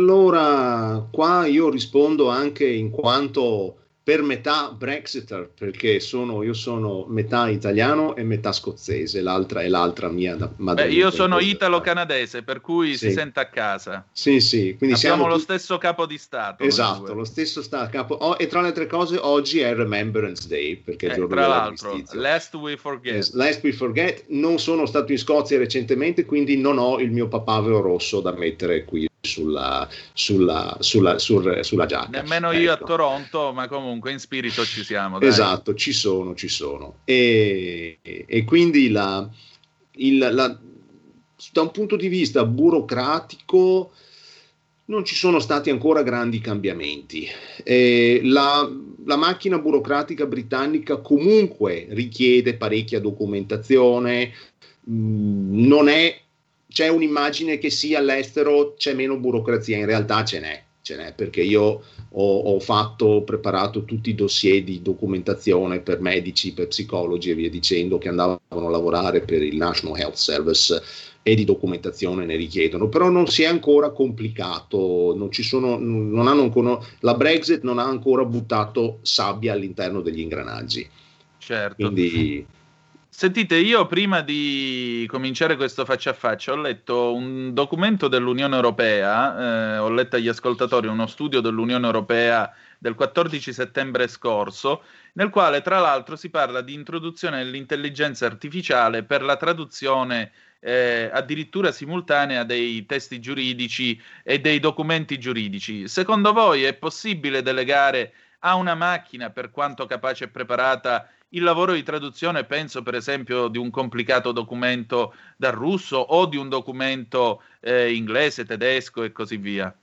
Allora, qua io rispondo anche in quanto per metà Brexiter, perché sono, io sono metà italiano e metà scozzese, l'altra è l'altra mia Beh, io sono italo-canadese, per cui sì. Si sente a casa. Sì, sì. Quindi abbiamo siamo lo tu... stesso capo di Stato. Esatto, lo stesso sta capo. Oh, e tra le altre cose oggi è Remembrance Day, perché è il eh, giorno tra dell'armistizio. l'altro, Lest we forget. Yes, lest we forget. Non sono stato in Scozia recentemente, quindi non ho il mio papavero rosso da mettere qui. sulla, sulla, sulla, sulla, sulla giacca. Nemmeno io ecco. a Toronto, ma comunque in spirito ci siamo. Dai. Esatto, ci sono, ci sono. E, e quindi la, il, la, da un punto di vista burocratico non ci sono stati ancora grandi cambiamenti. Eh, la, la macchina burocratica britannica comunque richiede parecchia documentazione, mh, non è, c'è un'immagine che sì, all'estero c'è meno burocrazia, in realtà ce n'è, ce n'è perché io ho, ho fatto, ho preparato tutti i dossier di documentazione per medici, per psicologi e via dicendo che andavano a lavorare per il National Health Service, e di documentazione ne richiedono, però non si è ancora complicato, non ci sono, non hanno ancora, la Brexit non ha ancora buttato sabbia all'interno degli ingranaggi. Certo. Quindi... Sentite, io prima di cominciare questo faccia a faccia ho letto un documento dell'Unione Europea, eh, ho letto agli ascoltatori uno studio dell'Unione Europea del quattordici settembre scorso, nel quale tra l'altro si parla di introduzione dell'intelligenza artificiale per la traduzione Eh, addirittura simultanea dei testi giuridici e dei documenti giuridici. Secondo voi è possibile delegare a una macchina, per quanto capace e preparata, il lavoro di traduzione, penso per esempio di un complicato documento dal russo o di un documento eh, inglese, tedesco e così via?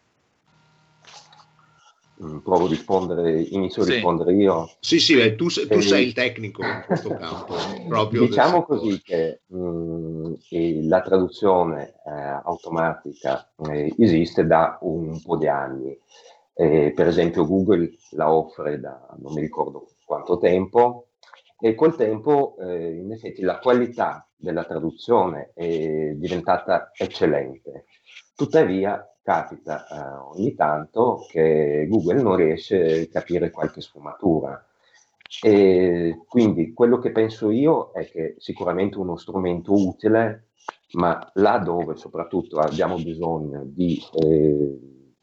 Provo a rispondere, inizio a Sì. rispondere io. Sì, sì, beh, tu, tu Eh, sei il tecnico in questo campo. Proprio Diciamo del così settore. che mh, e la traduzione eh, automatica eh, esiste da un po' di anni. Eh, per esempio Google la offre da non mi ricordo quanto tempo, e col tempo eh, in effetti la qualità della traduzione è diventata eccellente. Tuttavia capita eh, ogni tanto che Google non riesce a capire qualche sfumatura. E quindi quello che penso io è che sicuramente uno strumento utile, ma là dove soprattutto abbiamo bisogno di eh,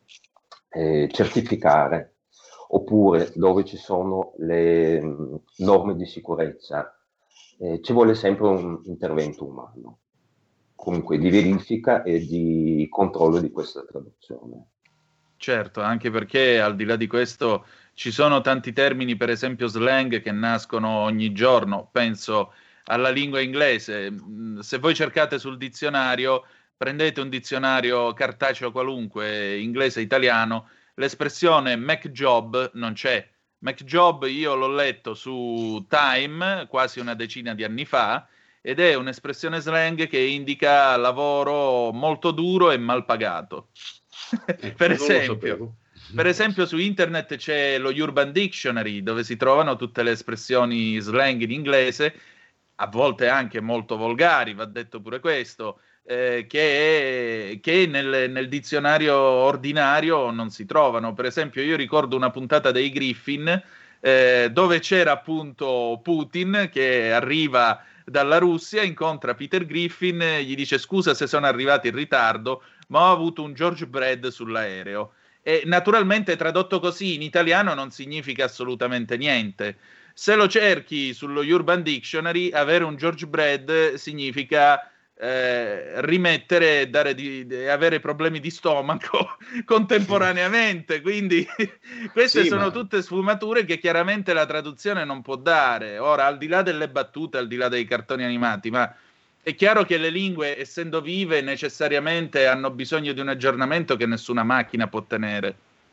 eh, certificare, oppure dove ci sono le mh, norme di sicurezza, eh, ci vuole sempre un intervento umano, comunque di verifica e di controllo di questa traduzione. Certo, anche perché al di là di questo ci sono tanti termini, per esempio slang, che nascono ogni giorno. Penso alla lingua inglese. Se voi cercate sul dizionario, prendete un dizionario cartaceo qualunque, inglese, italiano, l'espressione Mac job non c'è. Mac job io l'ho letto su Time quasi una decina di anni fa, ed è un'espressione slang che indica lavoro molto duro e mal pagato. Ecco, per non lo esempio, sapevo. per esempio su internet c'è lo Urban Dictionary, dove si trovano tutte le espressioni slang in inglese, a volte anche molto volgari, va detto pure questo, eh, che, che nel, nel dizionario ordinario non si trovano. Per esempio io ricordo una puntata dei Griffin eh, dove c'era appunto Putin che arriva dalla Russia, incontra Peter Griffin, gli dice scusa se sono arrivato in ritardo, ma ho avuto un George Bread sull'aereo. E naturalmente tradotto così in italiano non significa assolutamente niente. Se lo cerchi sullo Urban Dictionary, avere un George Bread significa eh, rimettere e dare di, di, avere problemi di stomaco contemporaneamente. Quindi queste Sì, sono ma... tutte sfumature che chiaramente la traduzione non può dare. Ora, al di là delle battute, al di là dei cartoni animati, ma è chiaro che le lingue, essendo vive, necessariamente hanno bisogno di un aggiornamento che nessuna macchina può tenere.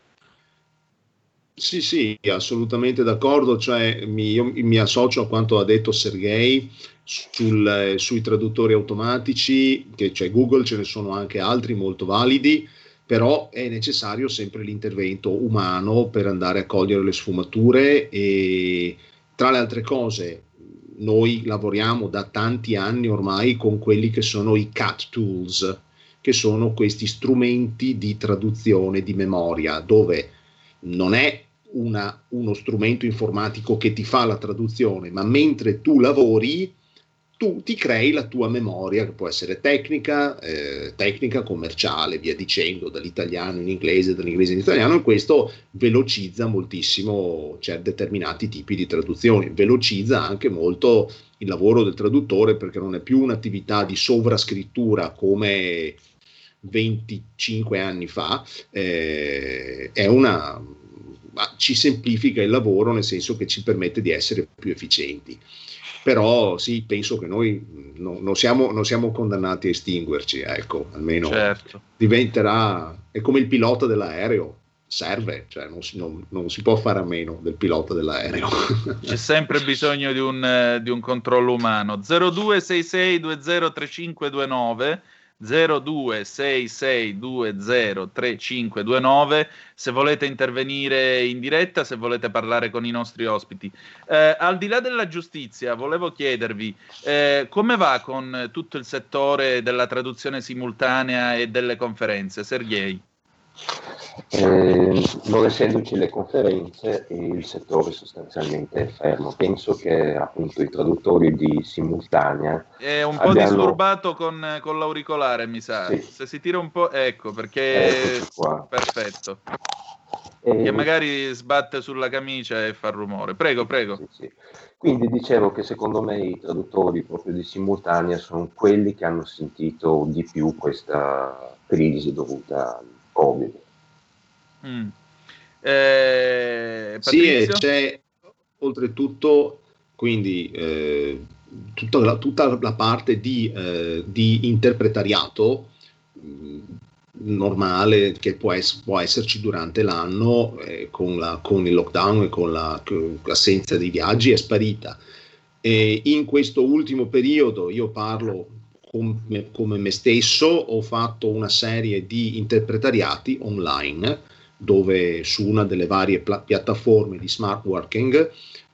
Sì, sì, assolutamente d'accordo, cioè mi, io mi associo a quanto ha detto Sergei sul, eh, sui traduttori automatici, che c'è Google, ce ne sono anche altri molto validi, però è necessario sempre l'intervento umano per andare a cogliere le sfumature. E tra le altre cose noi lavoriamo da tanti anni ormai con quelli che sono i cat tools, che sono questi strumenti di traduzione di memoria, dove non è una, uno strumento informatico che ti fa la traduzione, ma mentre tu lavori tu ti crei la tua memoria, che può essere tecnica, eh, tecnica, commerciale, via dicendo, dall'italiano in inglese, dall'inglese in italiano, e questo velocizza moltissimo cioè, determinati tipi di traduzioni, velocizza anche molto il lavoro del traduttore, perché non è più un'attività di sovrascrittura come venticinque anni fa, eh, è una, ci semplifica il lavoro, nel senso che ci permette di essere più efficienti. Però sì, penso che noi no, non, siamo, non siamo condannati a estinguerci, ecco, almeno certo. Diventerà, è come il pilota dell'aereo, serve, cioè non si, non, non si può fare a meno del pilota dell'aereo. C'è sempre bisogno di un, di un controllo umano. zero due sei sei due zero tre cinque due nove zero due sei sei due zero tre cinque due nove se volete intervenire in diretta, se volete parlare con i nostri ospiti. Eh, al di là della giustizia, volevo chiedervi eh, come va con tutto il settore della traduzione simultanea e delle conferenze, Sergei? Eh, non essendoci le conferenze, il settore sostanzialmente è fermo. Penso che appunto i traduttori di simultanea è un po' abbiano... disturbato con, con l'auricolare, mi sa. Sì. Se si tira un po', ecco, perché qua. Perfetto. E... che magari sbatte sulla camicia e fa rumore. Prego, prego. Sì, sì. Quindi dicevo che secondo me i traduttori proprio di simultanea sono quelli che hanno sentito di più questa crisi dovuta al Covid. Mm. Eh, sì, e c'è oltretutto quindi eh, tutta, la, tutta la parte di, eh, di interpretariato mh, normale che può, ess- può esserci durante l'anno, eh, con, la, con il lockdown e con, la, con l'assenza dei viaggi è sparita. E in questo ultimo periodo io parlo come, come me stesso, ho fatto una serie di interpretariati online dove su una delle varie pla- piattaforme di smart working,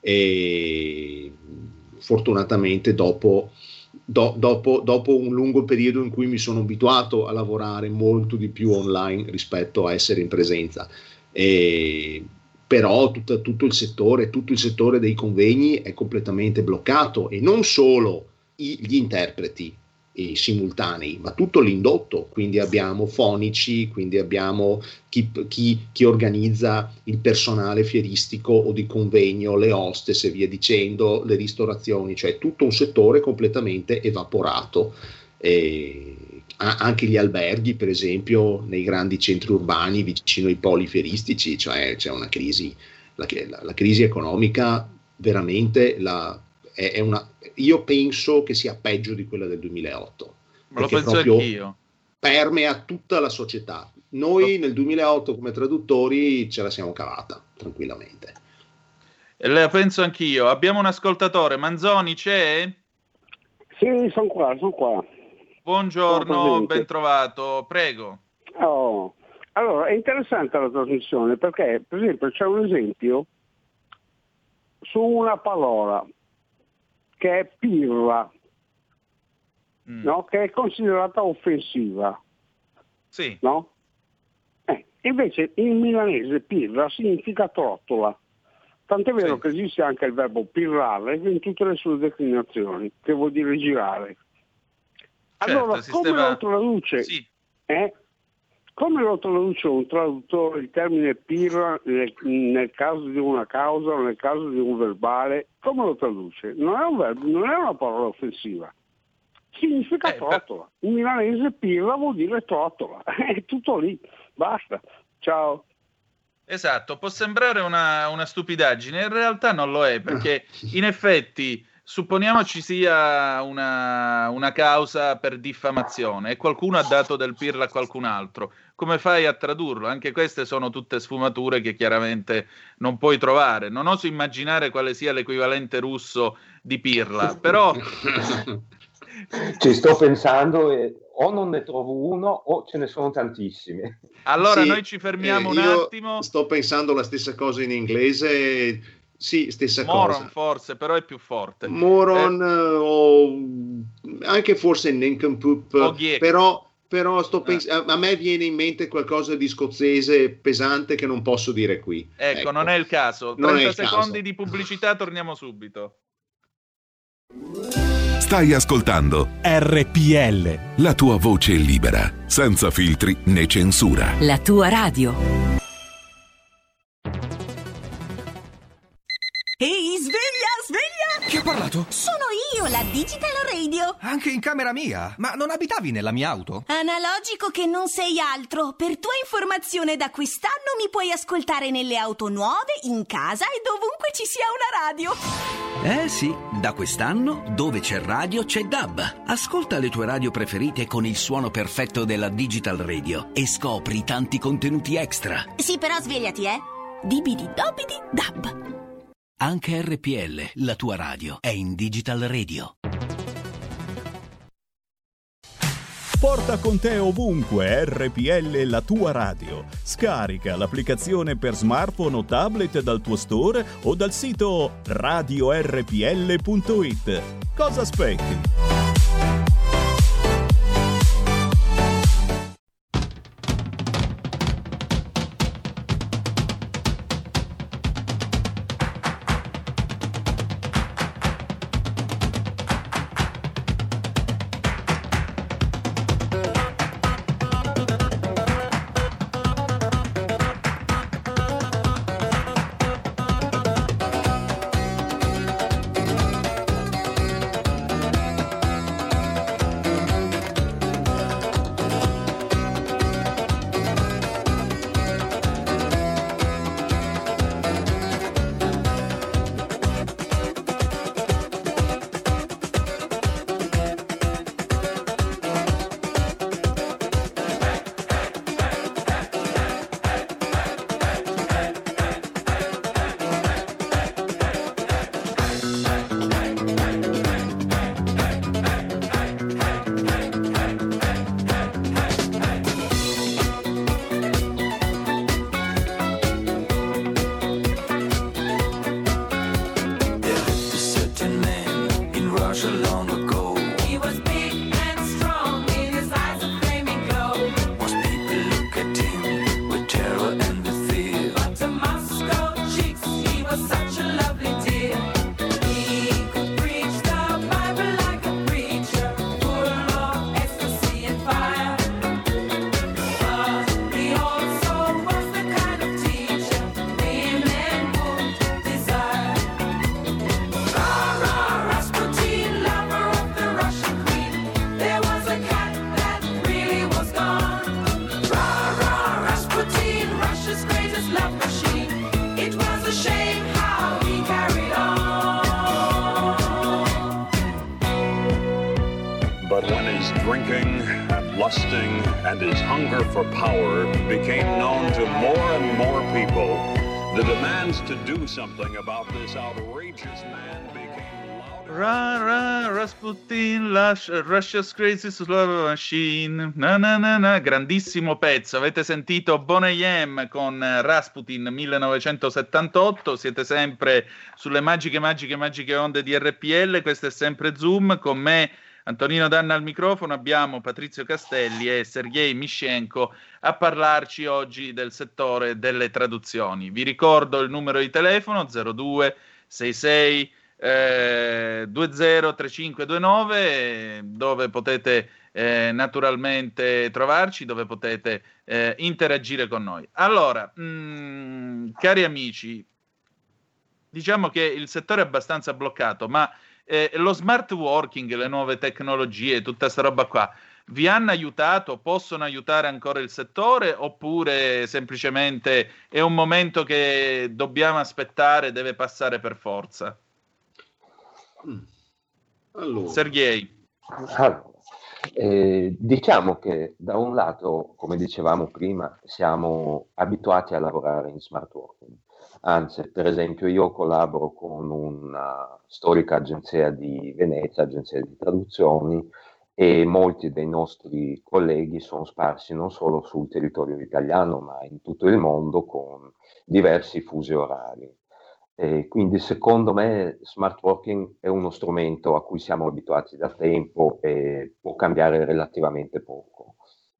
e fortunatamente dopo, do, dopo, dopo un lungo periodo in cui mi sono abituato a lavorare molto di più online rispetto a essere in presenza, e, però tutto, tutto il settore tutto il settore dei convegni è completamente bloccato, e non solo i, gli interpreti i simultanei, ma tutto l'indotto, quindi abbiamo fonici, quindi abbiamo chi, chi, chi organizza il personale fieristico o di convegno, le hostess e via dicendo, le ristorazioni, cioè tutto un settore completamente evaporato. E anche gli alberghi, per esempio, nei grandi centri urbani vicino ai poli fieristici, cioè c'è una crisi, la, la, la crisi economica veramente la, è, è una, io penso che sia peggio di quella del duemilaotto. Ma lo penso anch'io. Permea tutta la società. Noi nel duemilaotto come traduttori ce la siamo cavata tranquillamente. E la penso anch'io. Abbiamo un ascoltatore, Manzoni, c'è? Sì, sono qua, sono qua. Buongiorno, ben trovato, prego. Oh, allora, è interessante la trasmissione perché, per esempio, c'è un esempio su una parola che è pirla, mm. no? Che è considerata offensiva. Sì. No? Eh, invece in milanese pirla significa trottola. Tant'è vero sì. che esiste anche il verbo pirlare in tutte le sue declinazioni, che vuol dire girare. Allora, certo, come sistema... lo traduce? Sì. Eh? Come lo traduce un traduttore il termine pirla nel, nel caso di una causa o nel caso di un verbale? Come lo traduce? Non è un verbo, non è una parola offensiva. Significa eh, trottola. In milanese pirla vuol dire trottola. È tutto lì. Basta. Ciao. Esatto, può sembrare una, una stupidaggine, in realtà non lo è, perché in effetti supponiamo ci sia una, una causa per diffamazione e qualcuno ha dato del pirla a qualcun altro. Come fai a tradurlo? Anche queste sono tutte sfumature che chiaramente non puoi trovare. Non oso immaginare quale sia l'equivalente russo di pirla, però... Ci sto pensando e o non ne trovo uno o ce ne sono tantissimi. Allora sì, noi ci fermiamo eh, un io attimo. Sto pensando la stessa cosa in inglese. Sì, stessa Moron, cosa. Moron forse, però è più forte. Moron eh, o anche forse nincompoop, però, però sto pens- eh. a me viene in mente qualcosa di scozzese pesante che non posso dire qui. Ecco, ecco. Non è il caso. trenta secondi di pubblicità, torniamo subito. Stai ascoltando R P L, la tua voce libera, senza filtri né censura. La tua radio. Ehi, sveglia, sveglia! Chi ha parlato? Sono io, la Digital Radio. Anche in camera mia? Ma non abitavi nella mia auto? Analogico che non sei altro. Per tua informazione, da quest'anno mi puoi ascoltare nelle auto nuove, in casa e dovunque ci sia una radio. Eh sì, da quest'anno dove c'è radio c'è D A B. Ascolta le tue radio preferite con il suono perfetto della Digital Radio e scopri tanti contenuti extra. Sì, però svegliati, eh. Dibidi dobidi D A B. Anche R P L, la tua radio, è in Digital Radio. Porta con te ovunque R P L, la tua radio. Scarica l'applicazione per smartphone o tablet dal tuo store o dal sito radio erre pi elle punto it. Cosa aspetti? lusting and his hunger for power became known to more and more people, the demands to do something about this outrageous man became louder. Ra, ra, Rasputin, Russia's Craziest Love Machine, na, na, na, na. Grandissimo pezzo. Avete sentito Boney M con Rasputin millenovecentosettantotto. Siete sempre sulle magiche, magiche, magiche onde di R P L. Questo è sempre Zoom. Con me Antonino Danna al microfono, abbiamo Patrizio Castelli e Sergei Mishenko a parlarci oggi del settore delle traduzioni. Vi ricordo il numero di telefono zero due sei sei due zero tre cinque due nove, dove potete eh, naturalmente trovarci, dove potete eh, interagire con noi. Allora, mh, cari amici, diciamo che il settore è abbastanza bloccato, ma Eh, lo smart working, le nuove tecnologie, tutta sta roba qua, vi hanno aiutato? Possono aiutare ancora il settore? Oppure semplicemente è un momento che dobbiamo aspettare, deve passare per forza? Allora. Sergei. Allora, eh, diciamo che da un lato, come dicevamo prima, siamo abituati a lavorare in smart working. Anzi, per esempio, io collaboro con una storica agenzia di Venezia, agenzia di traduzioni, e molti dei nostri colleghi sono sparsi non solo sul territorio italiano, ma in tutto il mondo con diversi fusi orari. E quindi, secondo me, smart working è uno strumento a cui siamo abituati da tempo e può cambiare relativamente poco.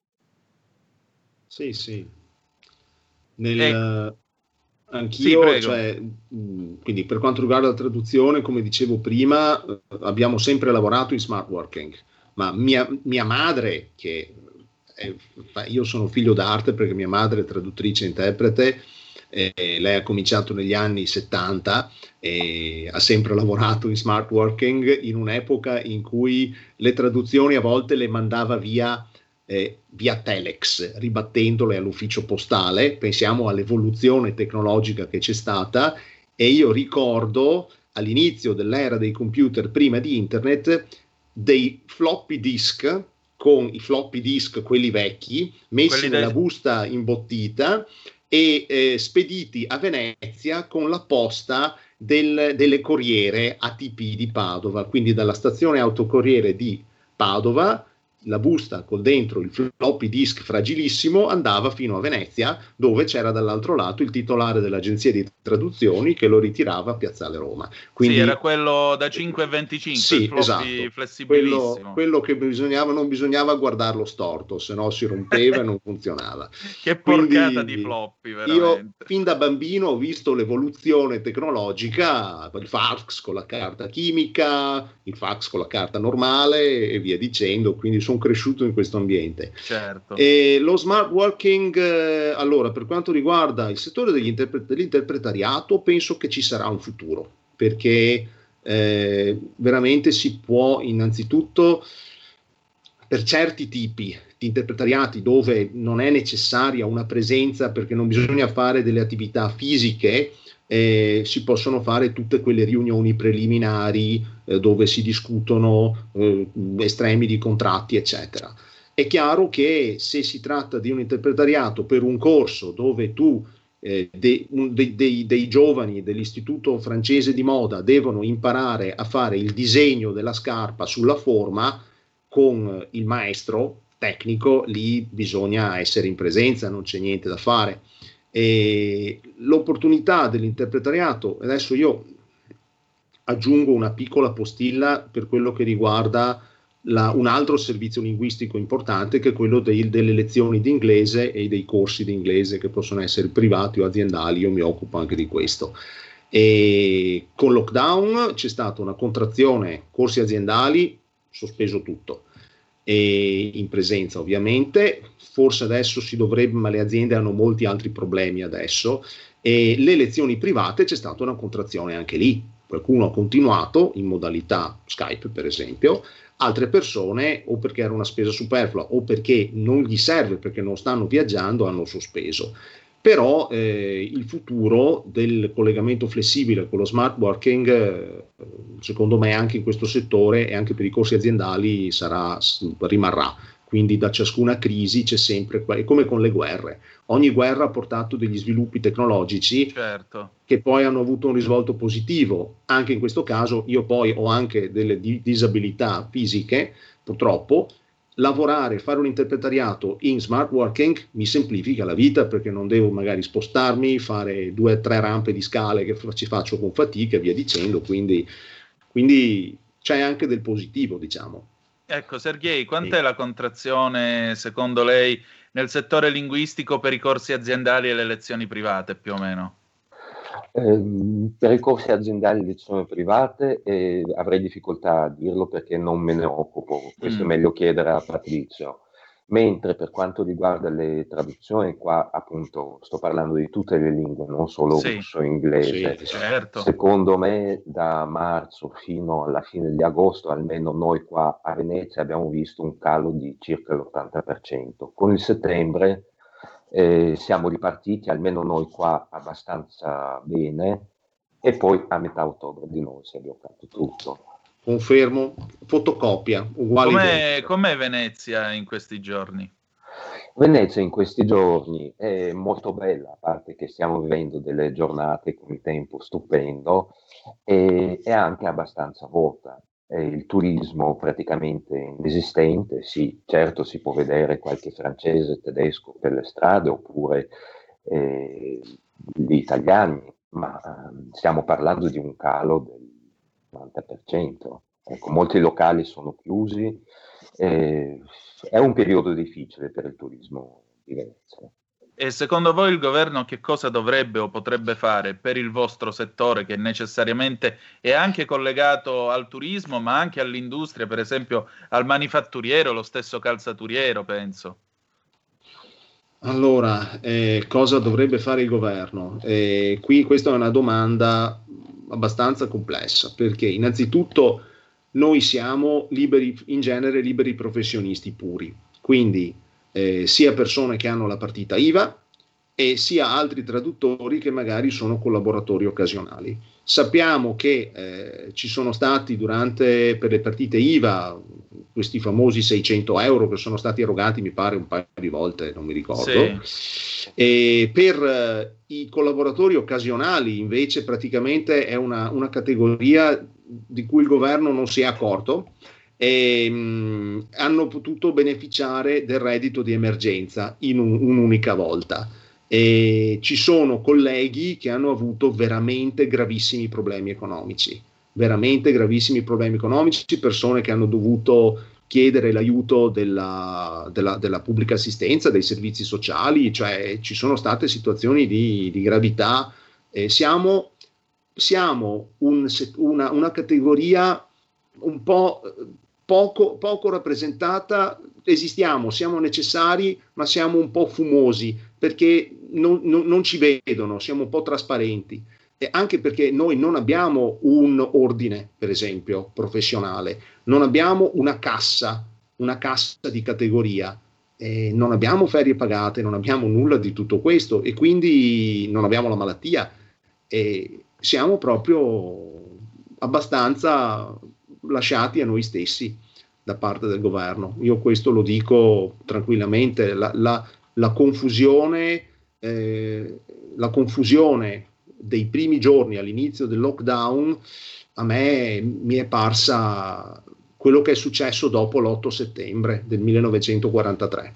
Sì, sì. Nel... Eh. Anch'io, sì, cioè, mh, quindi per quanto riguarda la traduzione, come dicevo prima, eh, abbiamo sempre lavorato in smart working, ma mia, mia madre, che è, io sono figlio d'arte perché mia madre è traduttrice e interprete, Eh, lei ha cominciato negli anni settanta e ha sempre lavorato in smart working in un'epoca in cui le traduzioni a volte le mandava via, eh, via telex, ribattendole all'ufficio postale. Pensiamo all'evoluzione tecnologica che c'è stata, e io ricordo all'inizio dell'era dei computer prima di internet dei floppy disk, con i floppy disk, quelli vecchi, messi quelli nella del... busta imbottita e eh, spediti a Venezia con la posta del, delle corriere A T P di Padova, quindi dalla stazione autocorriere di Padova la busta col dentro il floppy disk fragilissimo andava fino a Venezia, dove c'era dall'altro lato il titolare dell'agenzia di traduzioni che lo ritirava a Piazzale Roma. Quindi, sì, era quello da cinque e venticinque, sì, il floppy esatto, flessibilissimo. Quello, quello che bisognava, non bisognava guardarlo storto, se no si rompeva e non funzionava. Che porcata Quindi, di floppy, veramente. Io fin da bambino ho visto l'evoluzione tecnologica, il fax con la carta chimica, il fax con la carta normale e via dicendo, quindi sono cresciuto in questo ambiente. Certo. E lo smart working, eh, allora, per quanto riguarda il settore degli interpre- dell'interpretariato, penso che ci sarà un futuro, perché eh, veramente si può innanzitutto, per certi tipi di interpretariati dove non è necessaria una presenza, perché non bisogna fare delle attività fisiche, Eh, si possono fare tutte quelle riunioni preliminari eh, dove si discutono eh, estremi di contratti, eccetera. È chiaro che se si tratta di un interpretariato per un corso dove tu eh, de, un, de, de, dei giovani dell'Istituto francese di moda devono imparare a fare il disegno della scarpa sulla forma con il maestro tecnico, lì bisogna essere in presenza, non c'è niente da fare. E l'opportunità dell'interpretariato, adesso io aggiungo una piccola postilla per quello che riguarda la, un altro servizio linguistico importante, che è quello dei, delle lezioni di inglese e dei corsi di inglese, che possono essere privati o aziendali. Io mi occupo anche di questo. E con lockdown c'è stata una contrazione, corsi aziendali, sospeso tutto, e in presenza ovviamente. Forse adesso si dovrebbe, ma le aziende hanno molti altri problemi adesso, e le lezioni private c'è stata una contrazione anche lì. Qualcuno ha continuato in modalità Skype, per esempio, altre persone, o perché era una spesa superflua o perché non gli serve, perché non stanno viaggiando, hanno sospeso. Però eh, il futuro del collegamento flessibile con lo smart working, eh, secondo me anche in questo settore e anche per i corsi aziendali sarà, rimarrà. Quindi da ciascuna crisi c'è sempre, è come con le guerre, ogni guerra ha portato degli sviluppi tecnologici, certo, che poi hanno avuto un risvolto positivo. Anche in questo caso io poi ho anche delle di- disabilità fisiche, purtroppo. Lavorare, fare un interpretariato in smart working mi semplifica la vita, perché non devo magari spostarmi, fare due o tre rampe di scale che ci faccio con fatica e via dicendo, quindi, quindi c'è anche del positivo, diciamo. Ecco, Sergei, quant'è sì. la contrazione, secondo lei, nel settore linguistico per i corsi aziendali e le lezioni private, più o meno? Eh, per i corsi aziendali e lezioni private eh, avrei difficoltà a dirlo, perché non me ne occupo, questo mm. è meglio chiedere a Patrizio. Mentre per quanto riguarda le traduzioni, qua appunto sto parlando di tutte le lingue, non solo sì. russo e inglese. Sì, certo. Secondo me da marzo fino alla fine di agosto, almeno noi qua a Venezia, abbiamo visto un calo di circa l'ottanta per cento. Con il settembre eh, siamo ripartiti, almeno noi qua, abbastanza bene, e poi a metà ottobre di nuovo si è bloccato tutto. Confermo, fotocopia, uguale. Com'è, com'è Venezia in questi giorni? Venezia in questi giorni è molto bella, a parte che stiamo vivendo delle giornate con il tempo stupendo, e è anche abbastanza vuota. E il turismo praticamente inesistente. Sì, certo, si può vedere qualche francese, tedesco per le strade, oppure eh, gli italiani, ma eh, stiamo parlando di un calo del novanta per cento. Ecco, molti locali sono chiusi, eh, è un periodo difficile per il turismo di Venezia. E secondo voi il governo che cosa dovrebbe o potrebbe fare per il vostro settore, che necessariamente è anche collegato al turismo, ma anche all'industria, per esempio al manifatturiero, lo stesso calzaturiero, penso? Allora, eh, cosa dovrebbe fare il governo? Eh, qui questa è una domanda abbastanza complessa, perché innanzitutto noi siamo liberi, in genere liberi professionisti puri, quindi eh, sia persone che hanno la partita I V A e sia altri traduttori che magari sono collaboratori occasionali. Sappiamo che eh, ci sono stati durante, per le partite I V A, questi famosi seicento euro che sono stati erogati, mi pare, un paio di volte, non mi ricordo. Sì. E per eh, i collaboratori occasionali, invece, praticamente è una, una categoria di cui il governo non si è accorto e mh, hanno potuto beneficiare del reddito di emergenza in un, un'unica volta. E ci sono colleghi che hanno avuto veramente gravissimi problemi economici, veramente gravissimi problemi economici, persone che hanno dovuto chiedere l'aiuto della, della, della pubblica assistenza, dei servizi sociali, cioè ci sono state situazioni di, di gravità. Eh, siamo siamo un, una, una categoria un po' poco, poco rappresentata, esistiamo, siamo necessari, ma siamo un po' fumosi, perché non, non, non ci vedono, siamo un po' trasparenti, e anche perché noi non abbiamo un ordine, per esempio, professionale, non abbiamo una cassa, una cassa di categoria, eh, non abbiamo ferie pagate, non abbiamo nulla di tutto questo e quindi non abbiamo la malattia e siamo proprio abbastanza lasciati a noi stessi da parte del governo. Io questo lo dico tranquillamente, la, la, la confusione eh, la confusione dei primi giorni all'inizio del lockdown a me mi è parsa quello che è successo dopo l'otto settembre del millenovecentoquarantatré,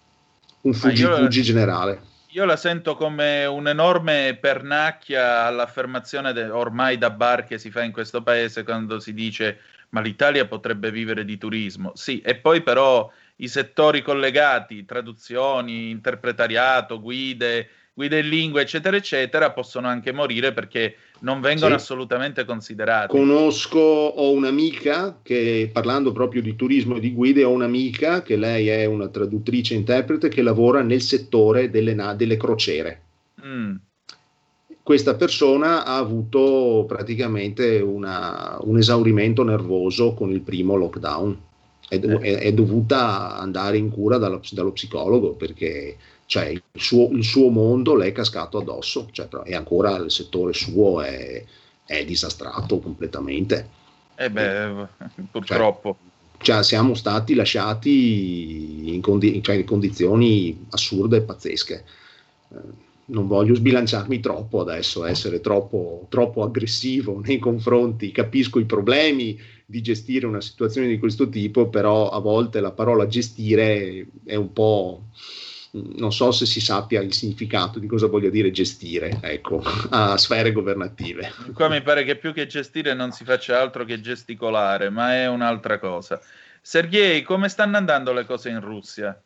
un fuggi-fuggi generale. Io la sento come un'enorme pernacchia all'affermazione de, ormai da bar che si fa in questo paese quando si dice ma l'Italia potrebbe vivere di turismo. Sì, e poi però i settori collegati, traduzioni, interpretariato, guide, guide in lingua, eccetera, eccetera, possono anche morire perché non vengono sì. assolutamente considerati. Conosco, ho un'amica che, parlando proprio di turismo e di guide, ho un'amica che lei è una traduttrice interprete che lavora nel settore delle, delle crociere. Mm. Questa persona ha avuto praticamente una, un esaurimento nervoso con il primo lockdown. È, eh. è, è dovuta andare in cura dallo, dallo psicologo perché cioè, il, suo, il suo mondo le è cascato addosso, cioè, e ancora il settore suo è, è disastrato completamente. Eh beh, purtroppo. Cioè, cioè, siamo stati lasciati in, condi- cioè, in condizioni assurde e pazzesche. Eh, non voglio sbilanciarmi troppo adesso, essere troppo, troppo aggressivo nei confronti, capisco i problemi di gestire una situazione di questo tipo, però a volte la parola gestire è un po', non so se si sappia il significato di cosa voglia dire gestire, ecco, a sfere governative. Qua mi pare che più che gestire non si faccia altro che gesticolare, ma è un'altra cosa. Sergei, come stanno andando le cose in Russia?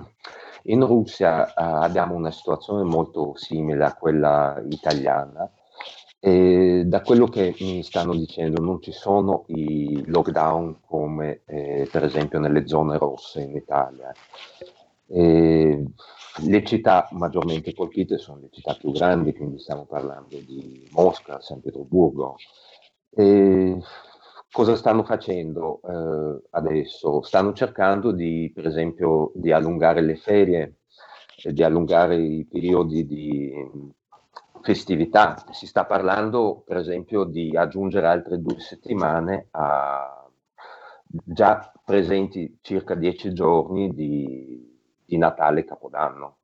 In Russia uh, abbiamo una situazione molto simile a quella italiana e da quello che mi stanno dicendo non ci sono i lockdown come eh, per esempio nelle zone rosse in Italia. E le città maggiormente colpite sono le città più grandi, quindi stiamo parlando di Mosca, San Pietroburgo. E cosa stanno facendo eh, adesso? Stanno cercando di, per esempio, di allungare le ferie, eh, di allungare i periodi di festività. Si sta parlando, per esempio, di aggiungere altre due settimane a già presenti circa dieci giorni di, di Natale e Capodanno.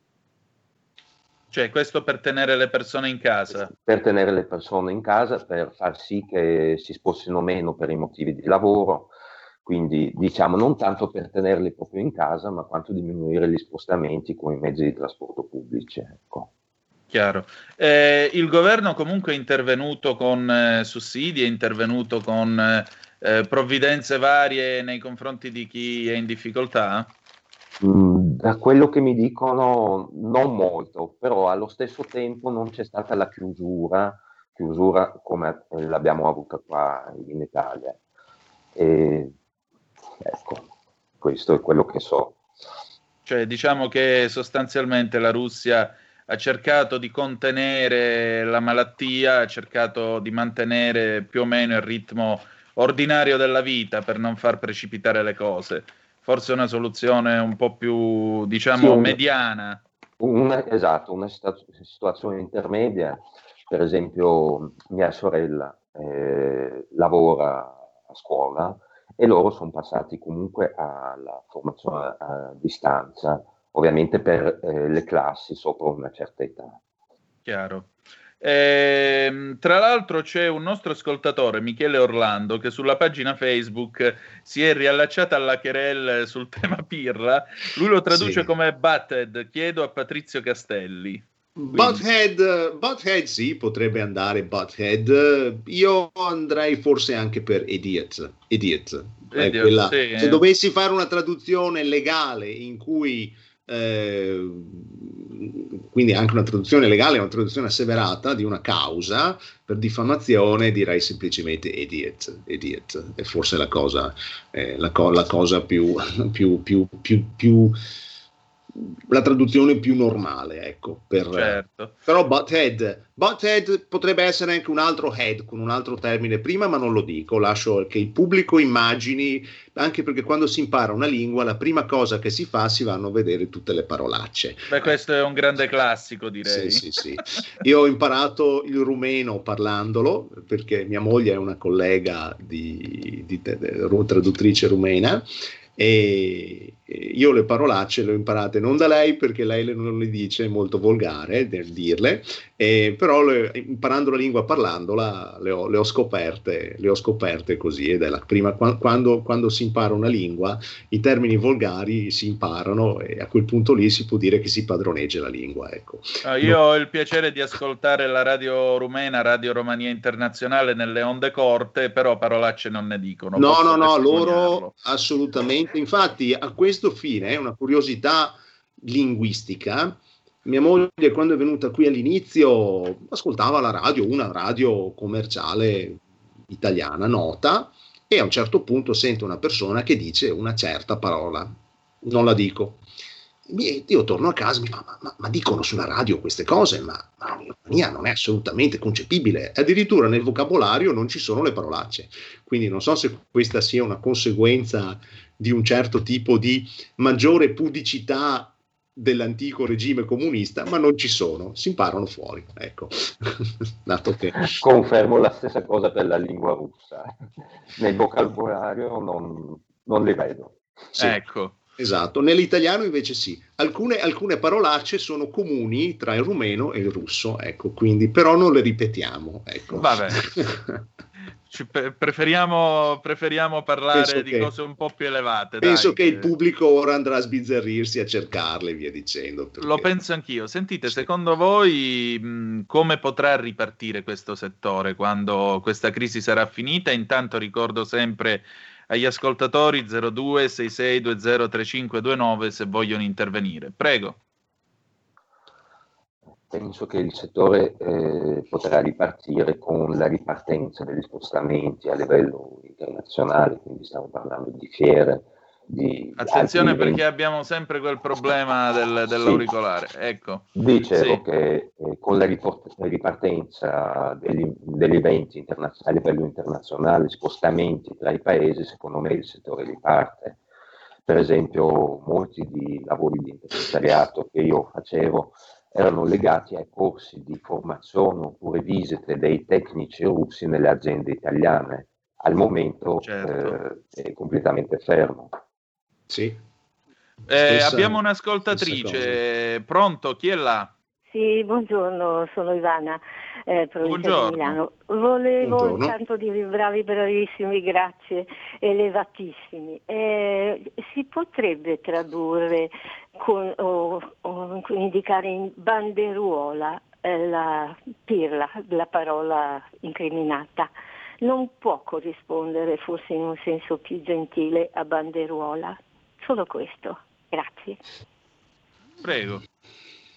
Cioè questo per tenere le persone in casa? Per tenere le persone in casa, per far sì che si spostino meno per i motivi di lavoro, quindi diciamo non tanto per tenerli proprio in casa, ma quanto diminuire gli spostamenti con i mezzi di trasporto pubblici. Ecco. Chiaro. Eh, il governo comunque è intervenuto con eh, sussidi, è intervenuto con eh, provvidenze varie nei confronti di chi è in difficoltà? Da quello che mi dicono non molto, però allo stesso tempo non c'è stata la chiusura, chiusura come l'abbiamo avuta qua in Italia. E, ecco, questo è quello che so. Cioè, diciamo che sostanzialmente la Russia ha cercato di contenere la malattia, ha cercato di mantenere più o meno il ritmo ordinario della vita per non far precipitare le cose. Forse una soluzione un po' più, diciamo, Sì, un- mediana. Una, esatto, una situa- situazione intermedia. Per esempio, mia sorella eh, lavora a scuola e loro sono passati comunque alla formazione a, a distanza, ovviamente per eh, le classi sopra una certa età. Chiaro. Ehm, tra l'altro c'è un nostro ascoltatore, Michele Orlando, che sulla pagina Facebook si è riallacciato alla querel sul tema pirla. Lui lo traduce Sì. come Butthead. Chiedo a Patrizio Castelli. Butthead, Butthead sì, potrebbe andare Butthead. Io andrei forse anche per Idiot. Idiot. È Idiot, quella- sì, se eh. dovessi fare una traduzione legale in cui eh, quindi anche una traduzione legale, una traduzione asseverata di una causa per diffamazione, direi semplicemente idiot, idiot. È forse la cosa, eh, la, co- la cosa più, più, più, più, più la traduzione più normale, ecco. Per, Certo. Però butthead, butthead potrebbe essere anche un altro head con un altro termine prima, ma non lo dico, lascio che il pubblico immagini, anche perché quando si impara una lingua la prima cosa che si fa si vanno a vedere tutte le parolacce. Beh, questo è un grande classico, direi. Sì, sì, sì. Io ho imparato il rumeno parlandolo, perché mia moglie è una collega di, di, di, di traduttrice rumena, e io le parolacce le ho imparate non da lei, perché lei le- non le dice, è molto volgare nel dirle, e però le- imparando la lingua parlandola le ho, le ho scoperte, le ho scoperte così, ed è la prima, qua- quando, quando si impara una lingua i termini volgari si imparano e a quel punto lì si può dire che si padroneggia la lingua, ecco. No, io ho il piacere di ascoltare la radio rumena, Radio Romania Internazionale, nelle onde corte, però parolacce non ne dicono. No, posso no, no, testimoniarlo. loro assolutamente. Infatti, a questo fine, una curiosità linguistica, mia moglie quando è venuta qui all'inizio ascoltava la radio, una radio commerciale italiana nota, e a un certo punto sente una persona che dice una certa parola, non la dico. Mi- Io torno a casa e mi fa, ma, ma- ma dicono sulla radio queste cose, ma, ma in Romania non è assolutamente concepibile. Addirittura nel vocabolario non ci sono le parolacce. Quindi non so se questa sia una conseguenza di un certo tipo di maggiore pudicità dell'antico regime comunista, ma non ci sono, si imparano fuori. Ecco, dato che... Confermo la stessa cosa per la lingua russa. Nel vocabolario non, non li vedo. Sì. Ecco. Esatto, nell'italiano invece sì, alcune, alcune parolacce sono comuni tra il rumeno e il russo, ecco, quindi però non le ripetiamo, ecco. Vabbè. Ci pre- preferiamo, preferiamo parlare Penso di che- cose un po' più elevate. Penso dai, che il pubblico ora andrà a sbizzarrirsi a cercarle e via dicendo. perché- Lo penso anch'io. Sentite, secondo voi mh, come potrà ripartire questo settore quando questa crisi sarà finita? Intanto ricordo sempre agli ascoltatori zero due sei sei due zero tre cinque due nove se vogliono intervenire. Prego. Penso che il settore eh, potrà ripartire con la ripartenza degli spostamenti a livello internazionale, quindi stiamo parlando di fiere, di Attenzione altri perché eventi. abbiamo sempre quel problema del- dell'auricolare. Ecco. Dicevo Sì. che eh, con la riport- ripartenza degli, degli eventi internaz- a livello internazionale, spostamenti tra i paesi, secondo me il settore riparte. Per esempio, molti di lavori di interpretariato che io facevo erano legati ai corsi di formazione oppure visite dei tecnici russi nelle aziende italiane. Al momento Certo. eh, è completamente fermo. Sì. Eh, Stessa- abbiamo un'ascoltatrice. Pronto? Chi è là? Sì, buongiorno, sono Ivana, eh, provincia Buongiorno. di Milano. Volevo Buongiorno. intanto dire bravi, bravissimi, grazie, elevatissimi. Eh, si potrebbe tradurre con, o, o indicare in banderuola eh, la pirla, la parola incriminata? Non può corrispondere, forse in un senso più gentile, a banderuola? Solo questo, grazie. Prego.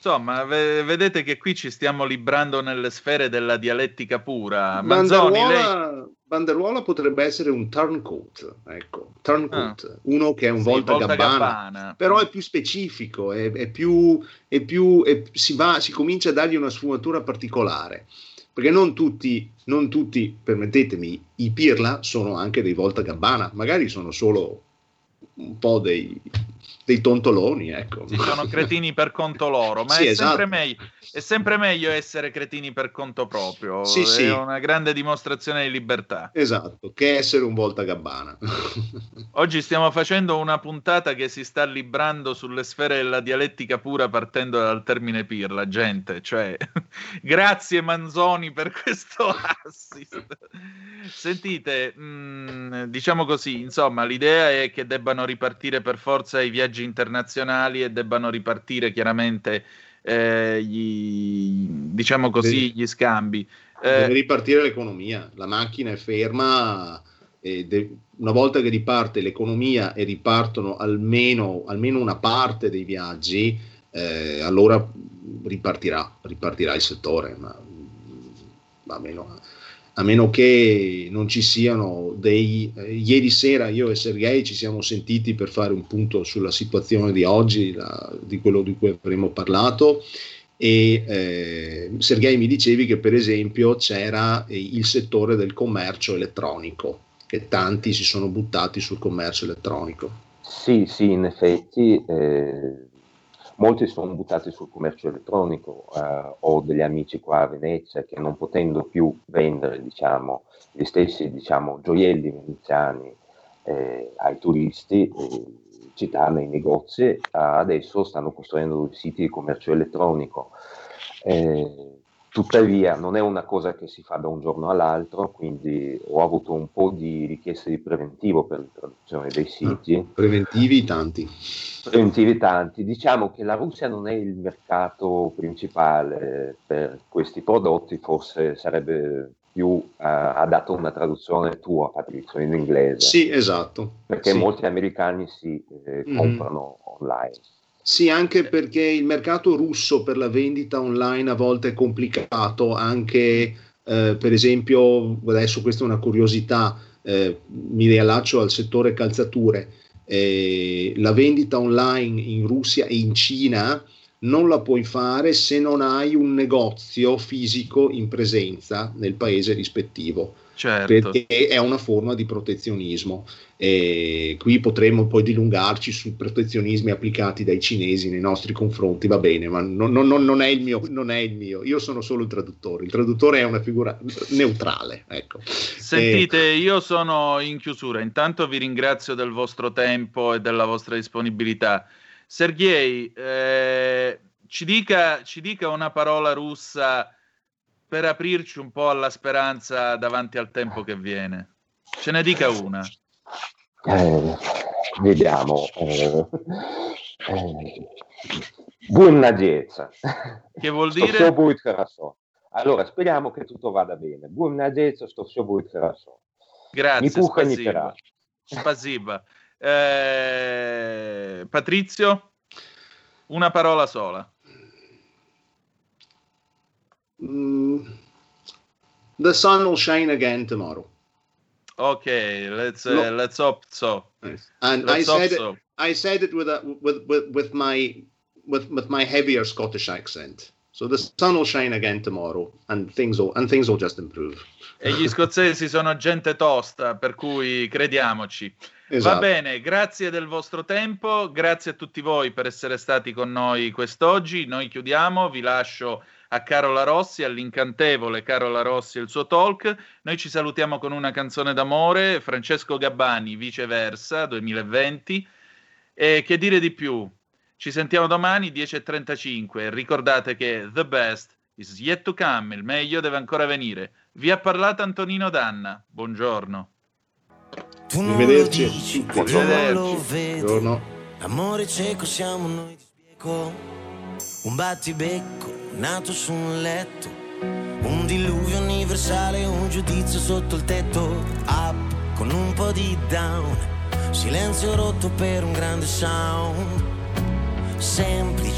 Insomma, v- vedete che qui ci stiamo librando nelle sfere della dialettica pura. Manzoni, Banderuola, lei... Banderuola potrebbe essere un turncoat, ecco, turncoat, Ah. uno che è un Sì, volta, volta gabbana, gabbana. però è più specifico, è, è più, è più è- si, va, si comincia a dargli una sfumatura particolare, perché non tutti, non tutti, permettetemi, i pirla sono anche dei volta gabbana, magari sono solo un po' dei, dei tontoloni, ecco. Sì, sono cretini per conto loro, ma Sì, è, sempre esatto. meglio, è sempre meglio essere cretini per conto proprio. Sì, è sì. una grande dimostrazione di libertà. Esatto, che essere un volta gabbana. Oggi stiamo facendo una puntata che si sta librando sulle sfere della dialettica pura partendo dal termine pirla, gente, cioè grazie Manzoni per questo assist. Sentite, mh, diciamo così, insomma, l'idea è che debbano ripartire per forza i viaggi internazionali e debbano ripartire chiaramente eh, gli, diciamo così, gli scambi. Deve Eh, ripartire l'economia, la macchina è ferma e de- una volta che riparte l'economia e ripartono almeno, almeno una parte dei viaggi, eh, allora ripartirà, ripartirà il settore, ma, ma a, meno, a meno che non ci siano dei... Eh, ieri sera io e Sergei ci siamo sentiti per fare un punto sulla situazione di oggi, la, di quello di cui avremo parlato, e eh, Sergei mi dicevi che per esempio c'era eh, il settore del commercio elettronico, che tanti si sono buttati sul commercio elettronico. Sì, sì, in effetti eh, molti sono buttati sul commercio elettronico. Eh, ho degli amici qua a Venezia che non potendo più vendere, diciamo, gli stessi, diciamo, gioielli veneziani eh, ai turisti, eh, città, nei negozi, adesso stanno costruendo siti di commercio elettronico. Eh, tuttavia non è una cosa che si fa da un giorno all'altro, quindi ho avuto un po' di richieste di preventivo per la traduzione dei siti. Preventivi tanti. Preventivi tanti. Diciamo che la Russia non è il mercato principale per questi prodotti, forse sarebbe più uh, adatto una traduzione tua, Patrizio, in inglese. Sì, esatto. Perché sì. molti americani si eh, Mm. comprano online. Sì, anche perché il mercato russo per la vendita online a volte è complicato, anche eh, per esempio, adesso questa è una curiosità, eh, mi riallaccio al settore calzature, eh, la vendita online in Russia e in Cina non la puoi fare se non hai un negozio fisico in presenza nel paese rispettivo. Certo. Perché è una forma di protezionismo, e qui potremmo poi dilungarci sui protezionismi applicati dai cinesi nei nostri confronti, va bene, ma non, non, non, è il mio, non è il mio, io sono solo il traduttore, il traduttore è una figura neutrale, ecco. Sentite, eh, io sono in chiusura, intanto vi ringrazio del vostro tempo e della vostra disponibilità. Sergei, eh, ci dica, ci dica una parola russa per aprirci un po' alla speranza davanti al tempo che viene. Ce ne dica una. Eh, vediamo. Eh, eh, buon nadezza. Che vuol dire? Sto все будет хорошо. Allora, speriamo che tutto vada bene. Buon nadezza, sto все будет хорошо. Grazie, Ni puha, ni spasiba. pera. Spasiba. Eh, Patrizio, una parola sola. Mm, the sun will shine again tomorrow. Okay, let's uh, No. let's hope so. And Let's I hope said it, so. I said it with a with with with my with with my heavier Scottish accent. So the sun will shine again tomorrow, and things will and things will just improve. E gli scozzesi sono gente tosta, per cui crediamoci. Esatto. Va bene, grazie del vostro tempo, grazie a tutti voi per essere stati con noi quest'oggi. Noi chiudiamo, vi lascio a Carola Rossi, all'incantevole Carola Rossi e il suo talk. Noi ci salutiamo con una canzone d'amore, Francesco Gabbani, Viceversa, duemilaventi. E che dire di più? Ci sentiamo domani, dieci e trentacinque. Ricordate che the best is yet to come, il meglio deve ancora venire. Vi ha parlato Antonino Danna. Buongiorno. Arrivederci. Arrivederci. Buongiorno. L'amore cieco siamo noi, ti spiego. Un battibecco nato su un letto, un diluvio universale, un giudizio sotto il tetto. Up con un po' di down, silenzio rotto per un grande sound. Semplice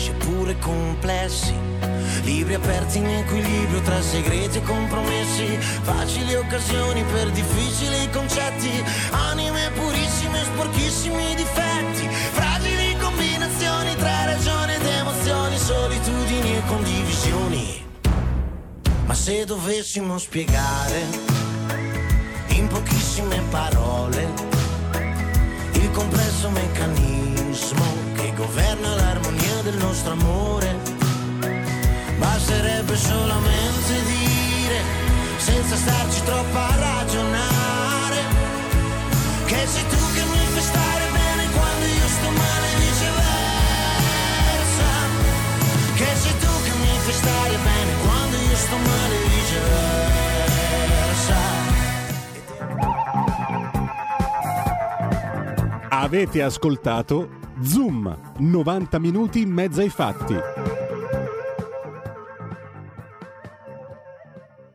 semplici eppure complessi, libri aperti in equilibrio tra segreti e compromessi, facili occasioni per difficili concetti, anime purissime, sporchissimi difetti, fragili combinazioni tra ragione ed emozioni, solitudini e condivisioni. Ma se dovessimo spiegare in pochissime parole il complesso meccanismo che governa l'armonia del nostro amore, basterebbe solamente dire, senza starci troppo a ragionare, che sei tu che mi fai stare bene quando io sto male e viceversa, che sei tu che mi fai stare bene quando io sto male e viceversa. Avete ascoltato Zoom, novanta minuti in mezzo ai fatti.